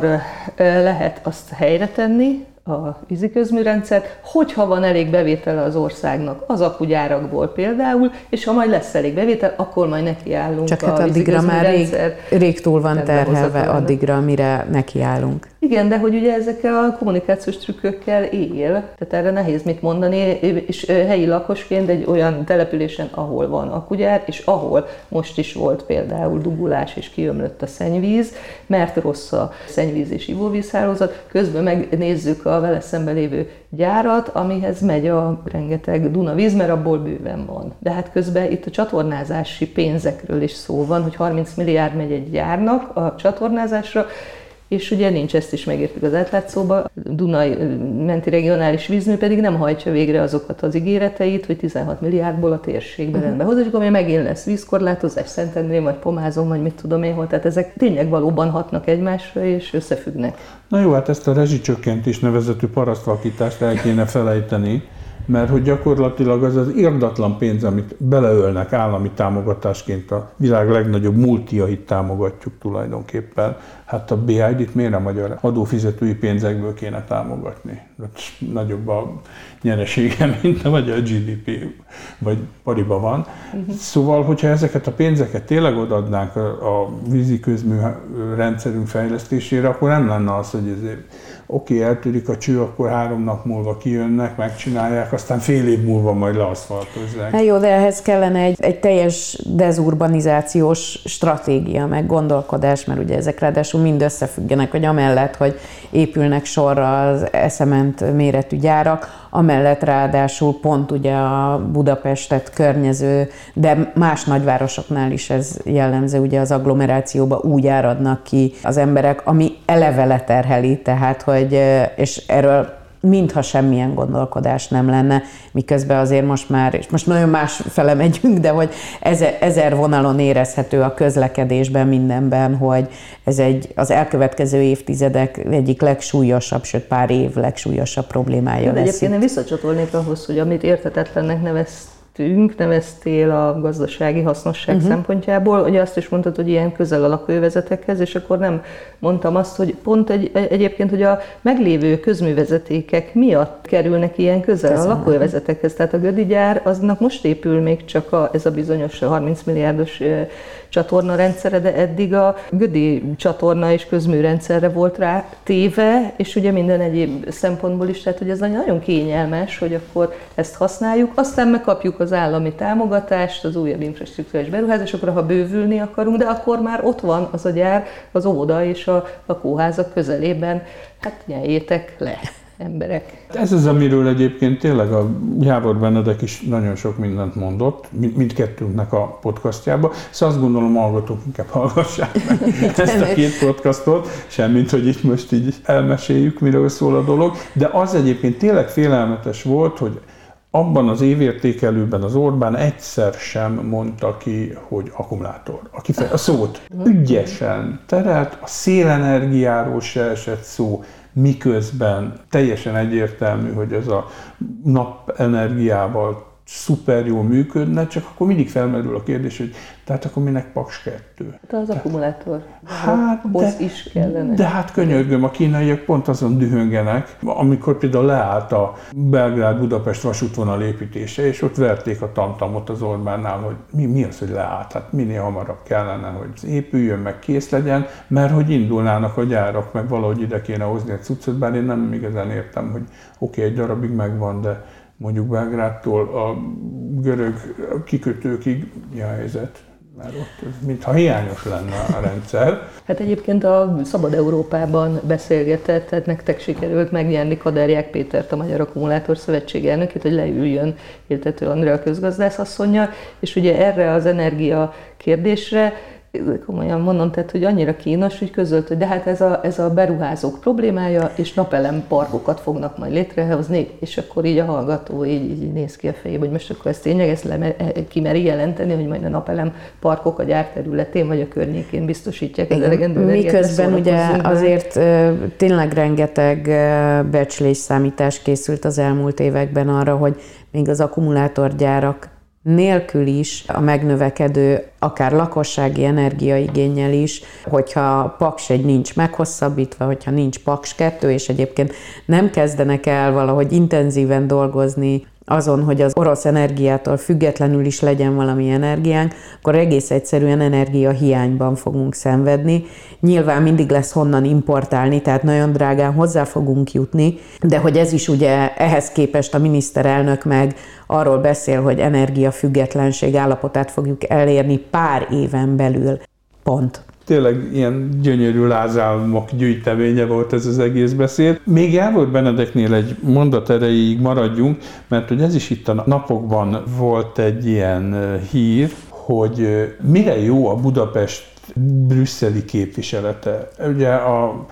lehet azt helyre tenni, a víziközműrendszert, hogyha van elég bevétele az országnak az akkugyárakból például, és ha majd lesz elég bevétel, akkor majd nekiállunk. Csak hát addigra már rég túl van terhelve, addigra, mire nekiállunk. Igen, de hogy ugye ezekkel a kommunikációs trükkökkel él, tehát erre nehéz mit mondani, és helyi lakosként egy olyan településen, ahol van akkugyár, és ahol most is volt például dugulás, és kiömlött a szennyvíz, mert rossz a szennyvíz és ivóvízhálózat, közben megnézzük a vele szemben lévő gyárat, amihez megy a rengeteg Dunavíz, mert abból bőven van. De hát közben itt a csatornázási pénzekről is szó van, hogy 30 milliárd megy egy gyárnak a csatornázásra, és ugye nincs, ezt is megértük az átlátszóba, Dunai menti regionális vízmű pedig nem hajtja végre azokat az ígéreteit, hogy 16 milliárdból a térségbe rendbe hoz, és akkor megint lesz vízkorlátozás Szentendrén, vagy Pomázon, vagy mit tudom én hol, tehát ezek tényleg valóban hatnak egymásra, és összefüggnek. Na jó, hát ezt a rezsicsökkentés nevezetű parasztvakítást el kéne felejteni, mert hogy gyakorlatilag az az irdatlan pénz, amit beleölnek állami támogatásként, a világ legnagyobb multiait támogatjuk tulajdonképpen. Hát a BID-t miért a magyar adófizetői pénzekből kéne támogatni? Nagyobb a nyeresége, mint a magyar GDP, vagy pariba van. Szóval, hogyha ezeket a pénzeket tényleg odaadnánk a víziközmű rendszerünk fejlesztésére, akkor nem lenne az, hogy ezért oké, eltűnik a cső, akkor 3 nap múlva kijönnek, megcsinálják, aztán fél év múlva majd leaszfaltozzák. Hát jó, de ehhez kellene egy teljes dezurbanizációs stratégia, meg gondolkodás, mert ugye ezek ráadásul mind összefüggenek, hogy amellett, hogy épülnek sorra az eszement méretű gyárak, amellett ráadásul pont ugye a Budapestet környező, de más nagyvárosoknál is ez jellemző, ugye az agglomerációba úgy áradnak ki az emberek, ami eleve leterheli, tehát hogy, és erről mintha semmilyen gondolkodás nem lenne, miközben azért most nagyon más fele megyünk, de hogy ezer vonalon érezhető a közlekedésben, mindenben, hogy ez az elkövetkező évtizedek egyik legsúlyosabb, sőt pár év legsúlyosabb problémája lesz. Egyébként én visszacsatolnék ahhoz, hogy amit érthetetlennek neveztél a gazdasági hasznosság szempontjából, ugye azt is mondtad, hogy ilyen közel a lakóövezetekhez, és akkor nem mondtam azt, hogy pont egyébként, hogy a meglévő közművezetékek miatt kerülnek ilyen közel a lakóövezetekhez. Tehát a Gödi gyár, aznak most épül még csak ez a bizonyos 30 milliárdos csatorna rendszere, de eddig a Gödi csatorna és közműrendszerre volt rá téve, és ugye minden egyéb szempontból is, tehát hogy ez nagyon kényelmes, hogy akkor ezt használjuk, aztán megkapjuk az állami támogatást, az újabb infrastruktúrális beruházásokra, ha bővülni akarunk, de akkor már ott van az a gyár, az óvoda és a lakóházak közelében, hát nyeljétek le, emberek. Ez az, amiről egyébként tényleg a Jávor Benedek is nagyon sok mindent mondott, mindkettőnknek a podcastjába, szóval azt gondolom, hallgatók inkább hallgassák meg ezt a 2 podcastot, semmint, hogy itt most így elmeséljük, miről szól a dolog, de az egyébként tényleg félelmetes volt, hogy abban az évértékelőben az Orbán egyszer sem mondta ki, hogy akkumulátor. A szót ügyesen terelt, a szélenergiáról se esett szó, miközben teljesen egyértelmű, hogy ez a napenergiával szuper jól működne, csak akkor mindig felmerül a kérdés, hogy tehát akkor minek Paks 2? De az akkumulátor. Hát, is kellene. De hát könyörgöm, a kínaiak pont azon dühöngenek, amikor például leállt a Belgrád-Budapest vasútvonal építése, és ott verték a tamtamot az Orbánnál, hogy mi az, hogy leállt, hát minél hamarabb kellene, hogy épüljön, meg kész legyen, mert hogy indulnának a gyárak, meg valahogy ide kéne hozni egy cuccot, bár én nem igazán értem, hogy oké, egy darabig megvan, de mondjuk Belgrádtól a görög kikötőkig mi a helyzet? Mert ott mintha hiányos lenne a rendszer. Hát egyébként a Szabad Európában beszélgetett, tehát nektek sikerült megnyerni Kaderják Pétert, a Magyar Akkumulátor Szövetség elnökét, hogy leüljön Éltető Andrea közgazdászasszonnyal, és ugye erre az energia kérdésre komolyan mondom, tehát, hogy annyira kínos, hogy közölt, hogy de hát ez a beruházók problémája, és napelem parkokat fognak majd létrehozni, és akkor így a hallgató így néz ki a fejébe, hogy most akkor ez tényleg ezt kimeri jelenteni, hogy majd a napelem parkok a gyárterületén vagy a környékén biztosítják az elegendő energiát. Miközben ugye azért tényleg rengeteg becslésszámítás készült az elmúlt években arra, hogy még az akkumulátorgyárak nélkül is a megnövekedő, akár lakossági energiaigénnyel is, hogyha Paks 1 nincs meghosszabbítva, hogyha nincs Paks 2, és egyébként nem kezdenek el valahogy intenzíven dolgozni azon, hogy az orosz energiától függetlenül is legyen valami energiánk, akkor egész egyszerűen energiahiányban fogunk szenvedni. Nyilván mindig lesz honnan importálni, tehát nagyon drágán hozzá fogunk jutni, de hogy ez is ugye ehhez képest a miniszterelnök meg arról beszél, hogy energiafüggetlenség állapotát fogjuk elérni pár éven belül. Pont. Tényleg ilyen gyönyörű lázálmok gyűjteménye volt ez az egész beszéd. Még Jávor Benedeknél egy mondat erejéig maradjunk, mert hogy ez is itt a napokban volt egy ilyen hír, hogy mire jó a Budapest brüsszeli képviselete. Ugye a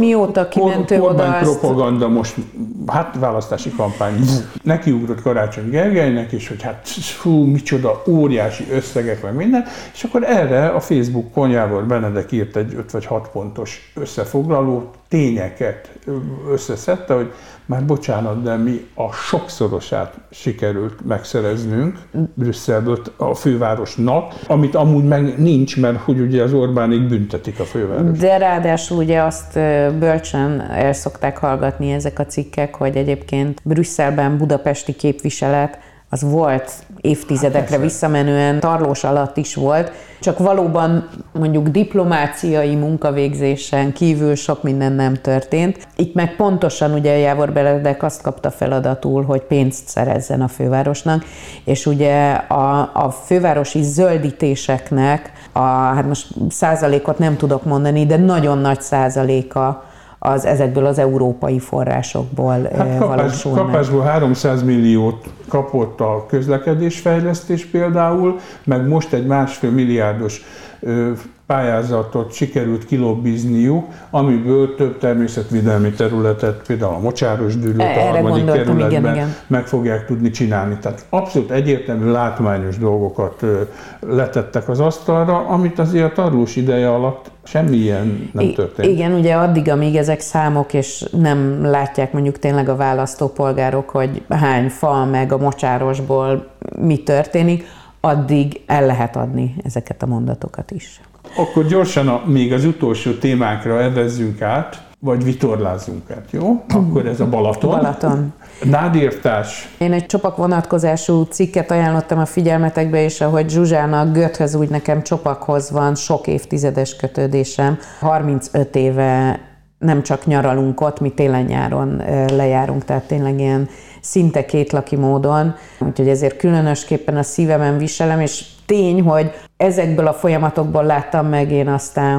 kormánypropaganda most, hát választási kampány, nekiugrott Karácsony Gergelynek, és hogy hát micsoda óriási összegek, meg minden, és akkor erre a Facebookon Jávor Benedek írt egy 5 vagy 6 pontos összefoglaló, tényeket összeszedte, hogy már bocsánat, de mi a sokszorosát sikerült megszereznünk Brüsszelből a fővárosnak, amit amúgy meg nincs, mert hogy ugye az Orbánik büntetik a fővárost. De ráadásul ugye azt bölcsen el szokták hallgatni ezek a cikkek, hogy egyébként Brüsszelben budapesti képviselet az volt évtizedekre visszamenően, Tarlós alatt is volt, csak valóban mondjuk diplomáciai munkavégzésen kívül sok minden nem történt. Itt meg pontosan ugye Jávor Benedek azt kapta feladatul, hogy pénzt szerezzen a fővárosnak, és ugye a fővárosi zöldítéseknek, hát most százalékot nem tudok mondani, de nagyon nagy százaléka az ezekből az európai forrásokból valósul meg. Kapásból 300 milliót kapott a közlekedésfejlesztés például, meg most egy 1,5 milliárdos pályázatot sikerült kilobbizniuk, amiből több természetvédelmi területet, például a Mocsáros-Dűlőt a harmadik kerületben igen. meg fogják tudni csinálni. Tehát abszolút egyértelmű, látványos dolgokat letettek az asztalra, amit azért a Tarlós ideje alatt semmilyen nem történt. Igen, ugye addig, amíg ezek számok, és nem látják mondjuk tényleg a választópolgárok, hogy hány fal meg a Mocsárosból mi történik, addig el lehet adni ezeket a mondatokat is. Akkor gyorsan még az utolsó témánkra evezzünk át, vagy vitorlázzunk át, jó? Akkor ez a Balaton. Nádírtás. Én egy csopak vonatkozású cikket ajánlottam a figyelmetekbe, és ahogy Zsuzsának Göthöz, úgy nekem csopakhoz van sok évtizedes kötődésem. 35 éve nem csak nyaralunk ott, mi télen-nyáron lejárunk, tehát tényleg ilyen szinte kétlaki módon, úgyhogy ezért különösképpen a szívemen viselem, és tény, hogy ezekből a folyamatokból láttam meg én aztán,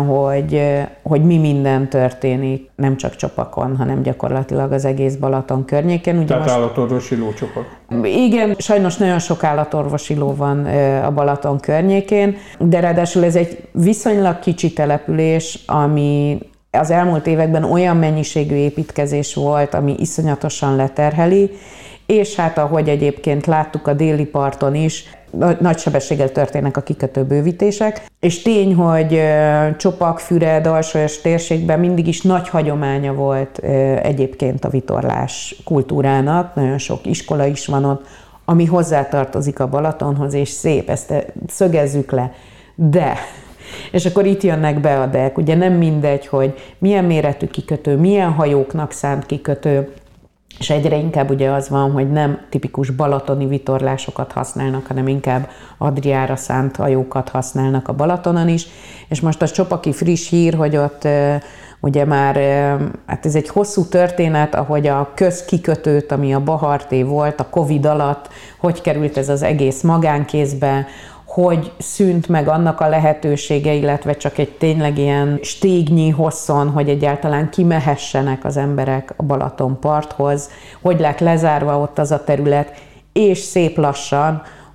hogy mi minden történik, nem csak Csopakon, hanem gyakorlatilag az egész Balaton környékén. Ugye tehát állatorvosi lócsopak. Igen, sajnos nagyon sok állatorvosi ló van a Balaton környékén, de ráadásul ez egy viszonylag kicsi település, ami az elmúlt években olyan mennyiségű építkezés volt, ami iszonyatosan leterheli, és hát ahogy egyébként láttuk a déli parton is, nagy sebességgel történnek a kikötő bővítések, és tény, hogy Csopak, Füred, Alsólyos térségben mindig is nagy hagyománya volt egyébként a vitorlás kultúrának, nagyon sok iskola is van ott, ami hozzátartozik a Balatonhoz, és szép, ezt szögezzük le, de... És akkor itt jönnek be a de-k. Ugye nem mindegy, hogy milyen méretű kikötő, milyen hajóknak szánt kikötő, és egyre inkább ugye az van, hogy nem tipikus balatoni vitorlásokat használnak, hanem inkább Adriára szánt hajókat használnak a Balatonon is. És most a csopaki friss hír, hogy ott ugye már, hát ez egy hosszú történet, ahogy a közkikötőt, ami a Baharté volt a Covid alatt, hogy került ez az egész magánkézbe, hogy szűnt meg annak a lehetősége, illetve csak egy tényleg ilyen stégnyi hosszon, hogy egyáltalán kimehessenek az emberek a Balatonparthoz, hogy lett lezárva ott az a terület, és szép lassan,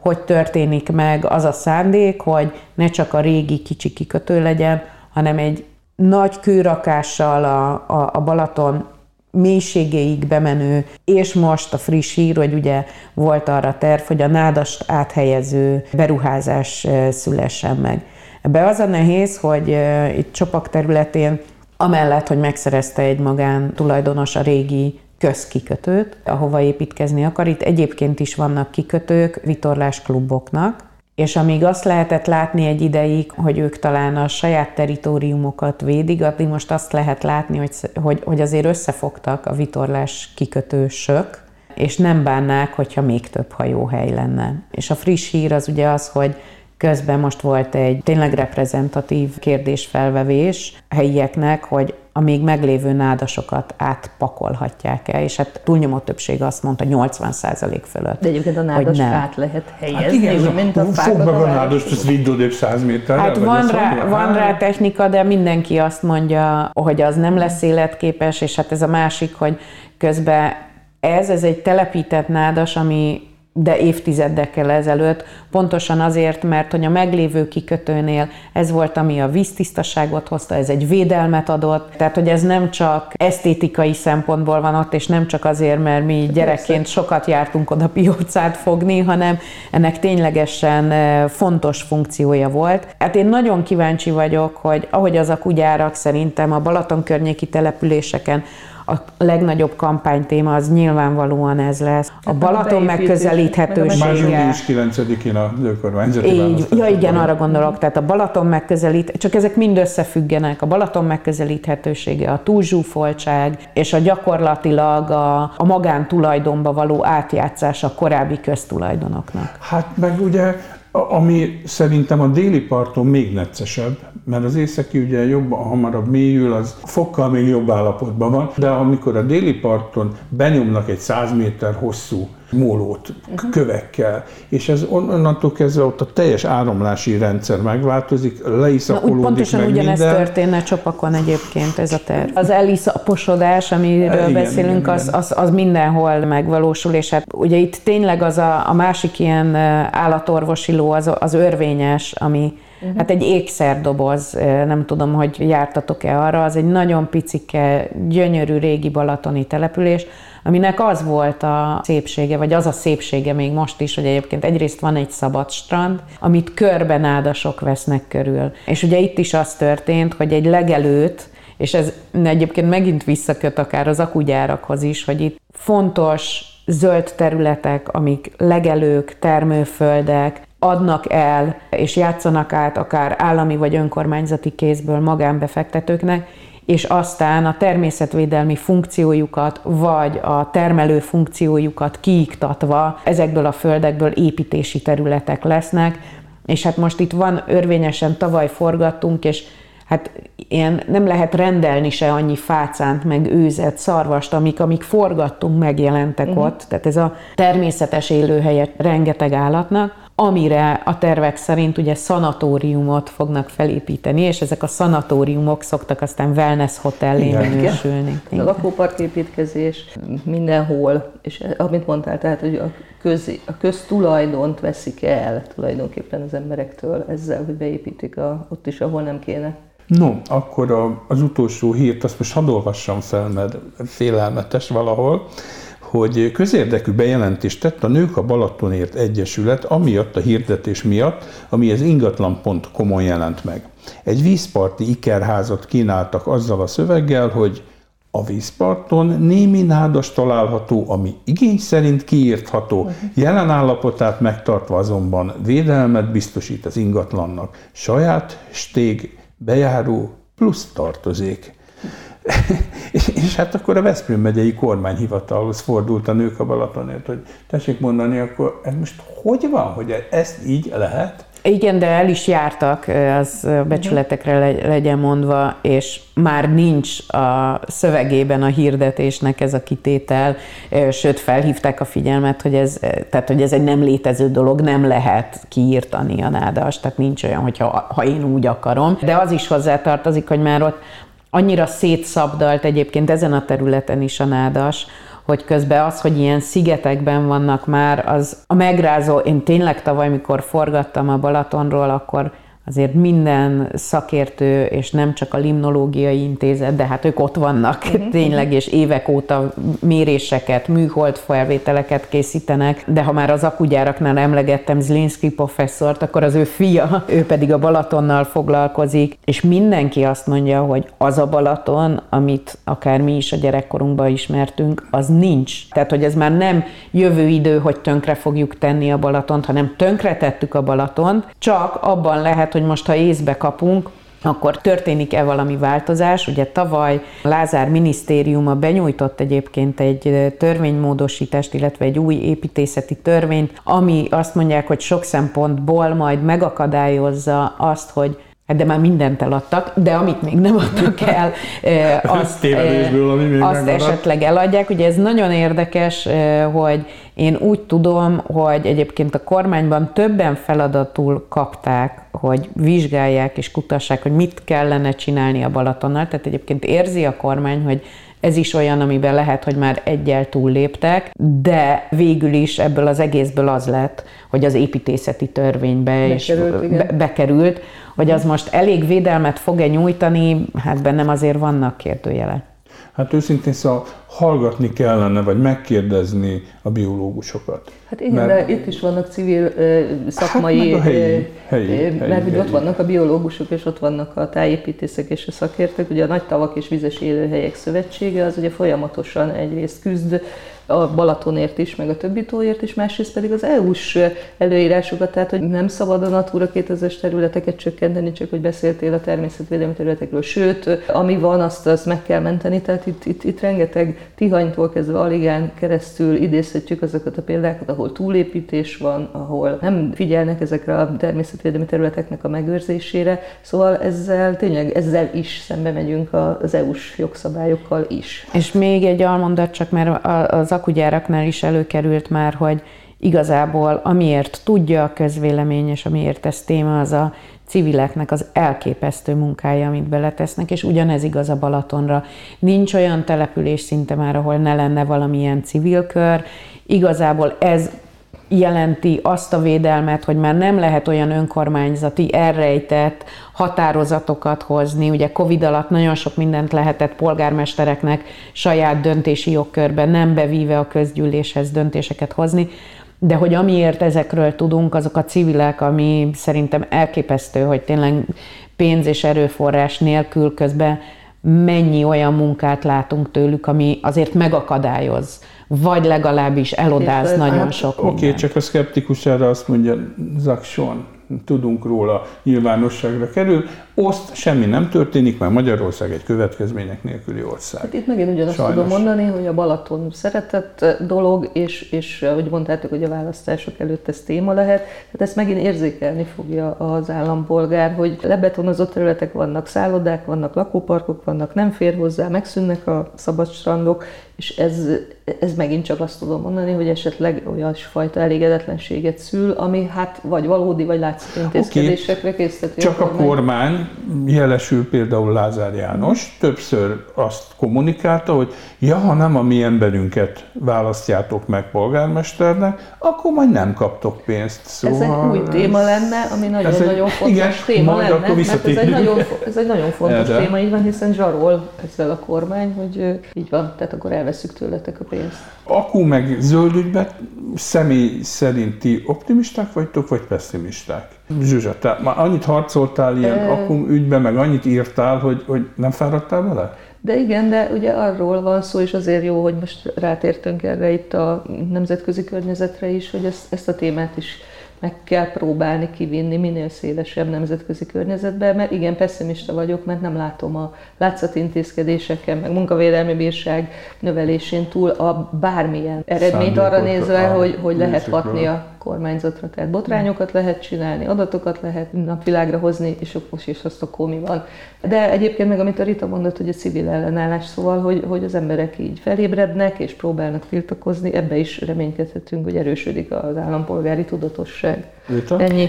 hogy történik meg az a szándék, hogy ne csak a régi kicsi kikötő legyen, hanem egy nagy kőrakással a Balaton mélységéig bemenő, és most a friss hír, hogy ugye volt arra terv, hogy a nádast áthelyező beruházás szülessen meg. Ebbe az a nehéz, hogy itt Csopak területén, amellett, hogy megszerezte egy magántulajdonos a régi közkikötőt, ahova építkezni akar, itt egyébként is vannak kikötők vitorláskluboknak, és amíg azt lehetett látni egy ideig, hogy ők talán a saját teritoriumokat védik, addig most azt lehet látni, hogy azért összefogtak a vitorlás kikötősök, és nem bánnák, hogyha még több hajóhely lenne. És a friss hír az ugye az, hogy közben most volt egy tényleg reprezentatív kérdésfelvevés helyieknek, hogy a még meglévő nádasokat átpakolhatják-e, és hát túlnyomó többség azt mondta, 80% fölött. De egyébként a nádas át lehet helyezni, hát igen, mint a fákat. Fogd meg a nádost, azt vidd odébb 100 méterre. Hát van rá technika, de mindenki azt mondja, hogy az nem lesz életképes, és hát ez a másik, hogy közben ez egy telepített nádas, de évtizedekkel ezelőtt, pontosan azért, mert hogy a meglévő kikötőnél ez volt, ami a víztisztaságot hozta, ez egy védelmet adott, tehát hogy ez nem csak esztétikai szempontból van ott, és nem csak azért, mert mi gyerekként sokat jártunk oda piócát fogni, hanem ennek ténylegesen fontos funkciója volt. Hát én nagyon kíváncsi vagyok, hogy ahogy az akugyárak szerintem a Balaton környéki településeken a legnagyobb kampánytéma az nyilvánvalóan ez lesz. A Balaton megközelíthetősége. Június 9-én a önkormányzati választás. Ja igen, arra gondolok, tehát a Balaton csak ezek mind összefüggenek. A Balaton megközelíthetősége, a túlzsúfoltság, és a gyakorlatilag a magántulajdonba való átjátszás a korábbi köztulajdonoknak. Hát meg ugye, ami szerintem a déli parton még neccesebb, mert az északi ugye jobban, hamarabb mélyül, az fokkal még jobb állapotban van, de amikor a déli parton benyomnak egy 100 méter hosszú mólót kövekkel, és ez onnantól kezdve ott a teljes áramlási rendszer megváltozik, leiszakolódik pontosan meg ugyanezt minden. történne Csopakon egyébként ez a terv. Az eliszaposodás, amiről beszélünk, az mindenhol megvalósul, és hát ugye itt tényleg az a másik ilyen állatorvosi ló, az örvényes, ami hát egy ékszerdoboz, nem tudom, hogy jártatok-e arra, az egy nagyon picike, gyönyörű régi balatoni település, aminek az volt a szépsége, vagy az a szépsége még most is, hogy egyébként egyrészt van egy szabad strand, amit körbe nádasok vesznek körül. És ugye itt is az történt, hogy egy legelőt, és ez egyébként megint visszaköt akár az akugyárakhoz is, hogy itt fontos zöld területek, amik legelők, termőföldek, adnak el és játszanak át akár állami vagy önkormányzati kézből magánbefektetőknek, és aztán a természetvédelmi funkciójukat, vagy a termelő funkciójukat kiiktatva ezekből a földekből építési területek lesznek, és hát most itt van örvényesen, tavaly forgattunk, és hát ilyen nem lehet rendelni se annyi fácánt, meg őzet, szarvast, amik forgattunk, megjelentek ott, tehát ez a természetes élőhelye rengeteg állatnak, amire a tervek szerint ugye szanatóriumot fognak felépíteni, és ezek a szanatóriumok szoktak aztán wellness hotellé minősülni. A lakóparképítkezés mindenhol, és amit mondtál, tehát hogy a köztulajdont veszik el tulajdonképpen az emberektől ezzel, hogy beépítik ott is, ahol nem kéne. No, akkor az utolsó hírt, azt most hadd olvassam fel, mert félelmetes valahol, hogy közérdekű bejelentést tett a Nők a Balatonért Egyesület amiatt a hirdetés miatt, ami az ingatlan.com-on jelent meg. Egy vízparti ikerházat kínáltak azzal a szöveggel, hogy a vízparton némi nádas található, ami igény szerint kiírtható, jelen állapotát megtartva azonban védelmet biztosít az ingatlannak. Saját, stég, bejáró plusz tartozék. És hát akkor a Veszprém megyei kormányhivatalhoz fordult a Nők a Balatonért, hogy tessék mondani, akkor ez most hogy van, hogy ezt így lehet? Igen, de el is jártak, az becsületekre legyen mondva, és már nincs a szövegében a hirdetésnek ez a kitétel, sőt felhívták a figyelmet, hogy ez egy nem létező dolog, nem lehet kiírtani a nádast, tehát nincs olyan, hogyha én úgy akarom. De az is hozzátartozik, hogy már ott annyira szétszabdalt egyébként ezen a területen is a nádas, hogy közben az, hogy ilyen szigetekben vannak már, az a megrázó. Én tényleg tavaly, mikor forgattam a Balatonról, akkor azért minden szakértő, és nem csak a Limnológiai Intézet, de hát ők ott vannak tényleg, és évek óta méréseket, műhold felvételeket készítenek, de ha már az akkugyáraknál emlegettem Zlinszky professzort, akkor az ő fia, ő pedig a Balatonnal foglalkozik, és mindenki azt mondja, hogy az a Balaton, amit akár mi is a gyerekkorunkban ismertünk, az nincs. Tehát, hogy ez már nem jövő idő, hogy tönkre fogjuk tenni a Balatont, hanem tönkretettük a Balatont, csak abban lehet, hogy most, ha észbe kapunk, akkor történik-e valami változás? Ugye tavaly Lázár minisztériuma benyújtott egyébként egy törvénymódosítást, illetve egy új építészeti törvényt, ami azt mondják, hogy sok szempontból majd megakadályozza azt, hogy de már mindent eladtak, de amit még nem adtak el, azt esetleg eladják. Ugye ez nagyon érdekes, hogy én úgy tudom, hogy egyébként a kormányban többen feladatul kapták, hogy vizsgálják és kutassák, hogy mit kellene csinálni a Balatonnal. Tehát egyébként érzi a kormány, hogy ez is olyan, amiben lehet, hogy már egyel túlléptek, de végül is ebből az egészből az lett, hogy az építészeti törvénybe bekerült, hogy az most elég védelmet fog-e nyújtani, hát bennem azért vannak kérdőjelek. Hát őszintén szóval hallgatni kellene, vagy megkérdezni a biológusokat. Hát igen, de itt is vannak civil szakmai, mert ott vannak a biológusok, és ott vannak a tájépítészek és a szakértők. Ugye a Nagy Tavak és Vizes Élőhelyek Szövetsége az ugye folyamatosan egyrészt küzd a Balatonért is, meg a többi tóért is, másrészt pedig az EU-s előírásokat, tehát hogy nem szabad a Natura 2000-es területeket csökkenteni, csak hogy beszéltél a természetvédelmi területekről, sőt, ami van, azt meg kell menteni, tehát itt rengeteg Tihanytól kezdve Aligán keresztül idézhetjük azokat a példákat, ahol túlépítés van, ahol nem figyelnek ezekre a természetvédelmi területeknek a megőrzésére, szóval ezzel is szembe megyünk az EU-s jogszabályokkal is. És még egy almondat csak, mert az akkugyáraknál is előkerült már, hogy igazából amiért tudja a közvélemény, és amiért ez téma, az a civileknek az elképesztő munkája, amit beletesznek, és ugyanez igaz a Balatonra. Nincs olyan település szinte már, ahol ne lenne valamilyen civil kör. Igazából ez jelenti azt a védelmet, hogy már nem lehet olyan önkormányzati, elrejtett határozatokat hozni. Ugye Covid alatt nagyon sok mindent lehetett polgármestereknek saját döntési jogkörben nem bevíve a közgyűléshez döntéseket hozni, de hogy amiért ezekről tudunk, azok a civilek, ami szerintem elképesztő, hogy tényleg pénz és erőforrás nélkül közben mennyi olyan munkát látunk tőlük, ami azért megakadályoz, vagy legalábbis elodáz nagyon sok mindent. Oké, csak a szkeptikus erre azt mondja, Zakson, tudunk róla, nyilvánosságra kerül, semmi nem történik, mert Magyarország egy következmények nélküli ország. Hát itt megint ugyanazt tudom mondani, hogy a Balaton szeretett dolog, és ahogy mondtátok, hogy a választások előtt ez téma lehet, tehát ezt megint érzékelni fogja az állampolgár, hogy lebetonozott területek vannak, szállodák vannak, lakóparkok vannak, nem fér hozzá, megszűnnek a szabad strandok, és ez megint csak azt tudom mondani, hogy esetleg olyasfajta elégedetlenséget szül, ami hát vagy valódi, vagy látszott intézkedésekre készíteti. Csak a kormány, jelesül például Lázár János, többször azt kommunikálta, hogy ha nem a mi emberünket választjátok meg polgármesternek, akkor majd nem kaptok pénzt. Szóval ez egy új téma lenne, ami nagyon-nagyon fontos téma lenne, mert ez egy nagyon fontos téma, így van, hiszen zsarol ezzel a kormány, hogy így van, tehát akkor elveszük tőletek a pénzt. Akku meg zöld ügyben személy szerinti optimisták vagytok, vagy pessimisták? Zsuzsa, te már annyit harcoltál ilyen akkum ügyben, meg annyit írtál, hogy nem fáradtál vele? De igen, de ugye arról van szó, és azért jó, hogy most rátértünk erre itt a nemzetközi környezetre is, hogy ezt a témát is meg kell próbálni kivinni minél szélesebb nemzetközi környezetbe, mert igen, pessimista vagyok, mert nem látom a látszatintézkedéseken, meg munkavédelmi bírság növelésén túl a bármilyen eredményt arra nézve, hogy lehet hatni a kormányzatra. Tehát botrányokat lehet csinálni, adatokat lehet napvilágra hozni, és azt akkor mi van. De egyébként meg, amit a Rita mondott, hogy a civil ellenállás, szóval, hogy az emberek így felébrednek, és próbálnak tiltakozni, ebbe is reménykedhetünk, hogy erősödik az állampolgári tudatosság. Rita? Ennyi.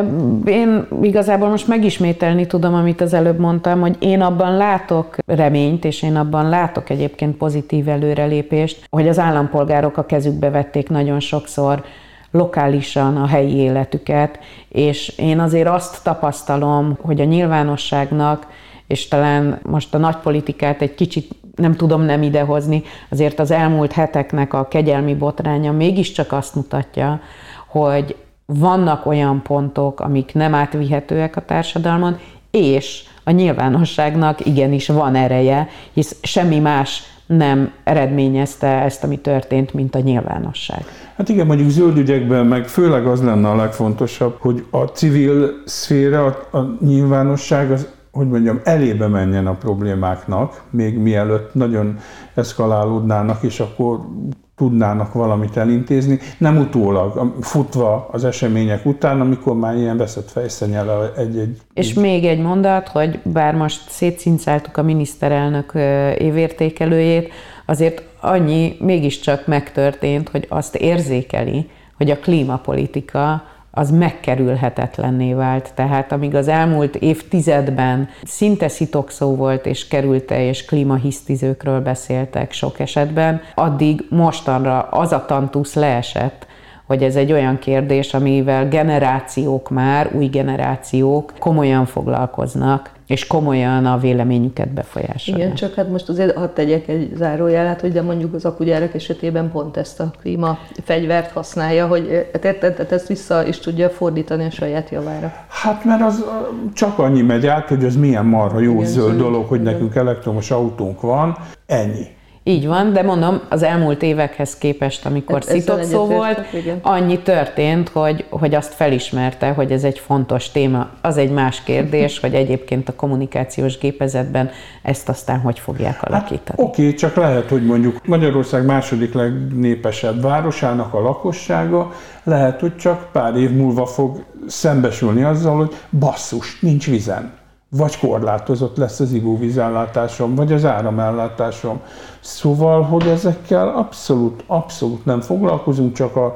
Én igazából most megismételni tudom, amit az előbb mondtam, hogy én abban látok reményt, és én abban látok egyébként pozitív előrelépést, hogy az állampolgárok a kezükbe vették nagyon sokszor lokálisan a helyi életüket, és én azért azt tapasztalom, hogy a nyilvánosságnak, és talán most a nagypolitikát egy kicsit nem tudom nem idehozni, azért az elmúlt heteknek a kegyelmi botránya mégiscsak azt mutatja, hogy vannak olyan pontok, amik nem átvihetőek a társadalmon, és a nyilvánosságnak igenis van ereje, hisz semmi más nem eredményezte ezt, ami történt, mint a nyilvánosság. Hát igen, mondjuk zöld ügyekben meg főleg az lenne a legfontosabb, hogy a civil szféra, a nyilvánosság, az, hogy mondjam, elébe menjen a problémáknak, még mielőtt nagyon eszkalálódnának, és akkor tudnának valamit elintézni, nem utólag, futva az események után, amikor már ilyen veszett fejszennyel egy... És még egy mondat, hogy bár most szétszincáltuk a miniszterelnök évértékelőjét, azért annyi mégiscsak megtörtént, hogy azt érzékeli, hogy a klímapolitika az megkerülhetetlenné vált. Tehát amíg az elmúlt évtizedben szinte szitokszó volt, és kerülte, és klímahisztizőkről beszéltek sok esetben, addig mostanra az a tantusz leesett, hogy ez egy olyan kérdés, amivel generációk már, új generációk komolyan foglalkoznak, és komolyan a véleményüket befolyásolják. Igen, csak hát most azért hadd tegyek egy zárójelet, hogy de mondjuk az akkugyárak esetében pont ezt a klímafegyvert használja, hogy tehát ezt vissza is tudja fordítani a saját javára. Hát mert az csak annyi megy át, hogy az milyen marha jó, igen, zöld dolog, hogy nekünk elektromos autónk van, ennyi. Így van, de mondom, az elmúlt évekhez képest, amikor szitokszó volt, annyi történt, hogy azt felismerte, hogy ez egy fontos téma. Az egy más kérdés, hogy egyébként a kommunikációs gépezetben ezt aztán hogy fogják alakítani. Hát, oké, csak lehet, hogy mondjuk Magyarország második legnépesebb városának a lakossága lehet, hogy csak pár év múlva fog szembesülni azzal, hogy basszus, nincs vizem. Vagy korlátozott lesz az ivóvízellátásom, vagy az áramellátásom. Szóval, hogy ezekkel abszolút nem foglalkozunk, csak a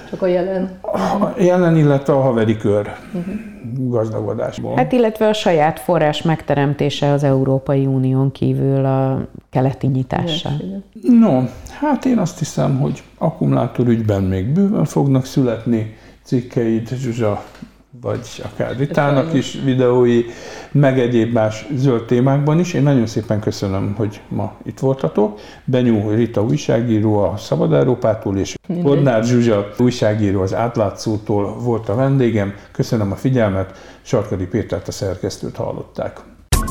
jelen, illetve a haveri kör gazdagodásból. Hát illetve a saját forrás megteremtése az Európai Unión kívül a keleti nyitással. No, hát én azt hiszem, hogy akkumulátorügyben még bőven fognak születni cikkeid, Zsuzsa, vagy akár Ritának is videói, meg egyéb más zöld témákban is. Én nagyon szépen köszönöm, hogy ma itt voltatok. Benyú Rita újságíró a Szabad Európától, és Bodnár Zsuzsa újságíró az Átlátszótól volt a vendégem. Köszönöm a figyelmet, Sarkadi Pétert, a szerkesztőt hallották.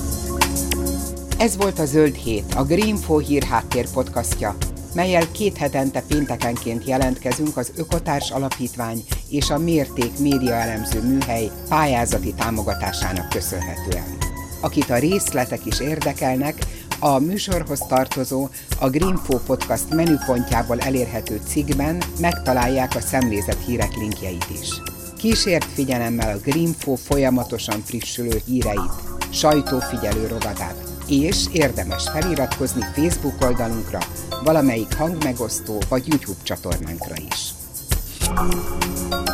Ez volt a Zöld Hét, a Greenfo Hír Háttér podcastja, mellyel 2 hetente péntekenként jelentkezünk az Ökotárs Alapítvány és a Mérték médiaelemző műhely pályázati támogatásának köszönhetően. Akit a részletek is érdekelnek, a műsorhoz tartozó, a Greenfo Podcast menüpontjából elérhető cikkben megtalálják a szemlézett hírek linkjeit is. Kísért figyelemmel a Greenfo folyamatosan frissülő híreit, sajtófigyelő rovatát, és érdemes feliratkozni Facebook oldalunkra, valamelyik hangmegosztó vagy YouTube csatornánkra is.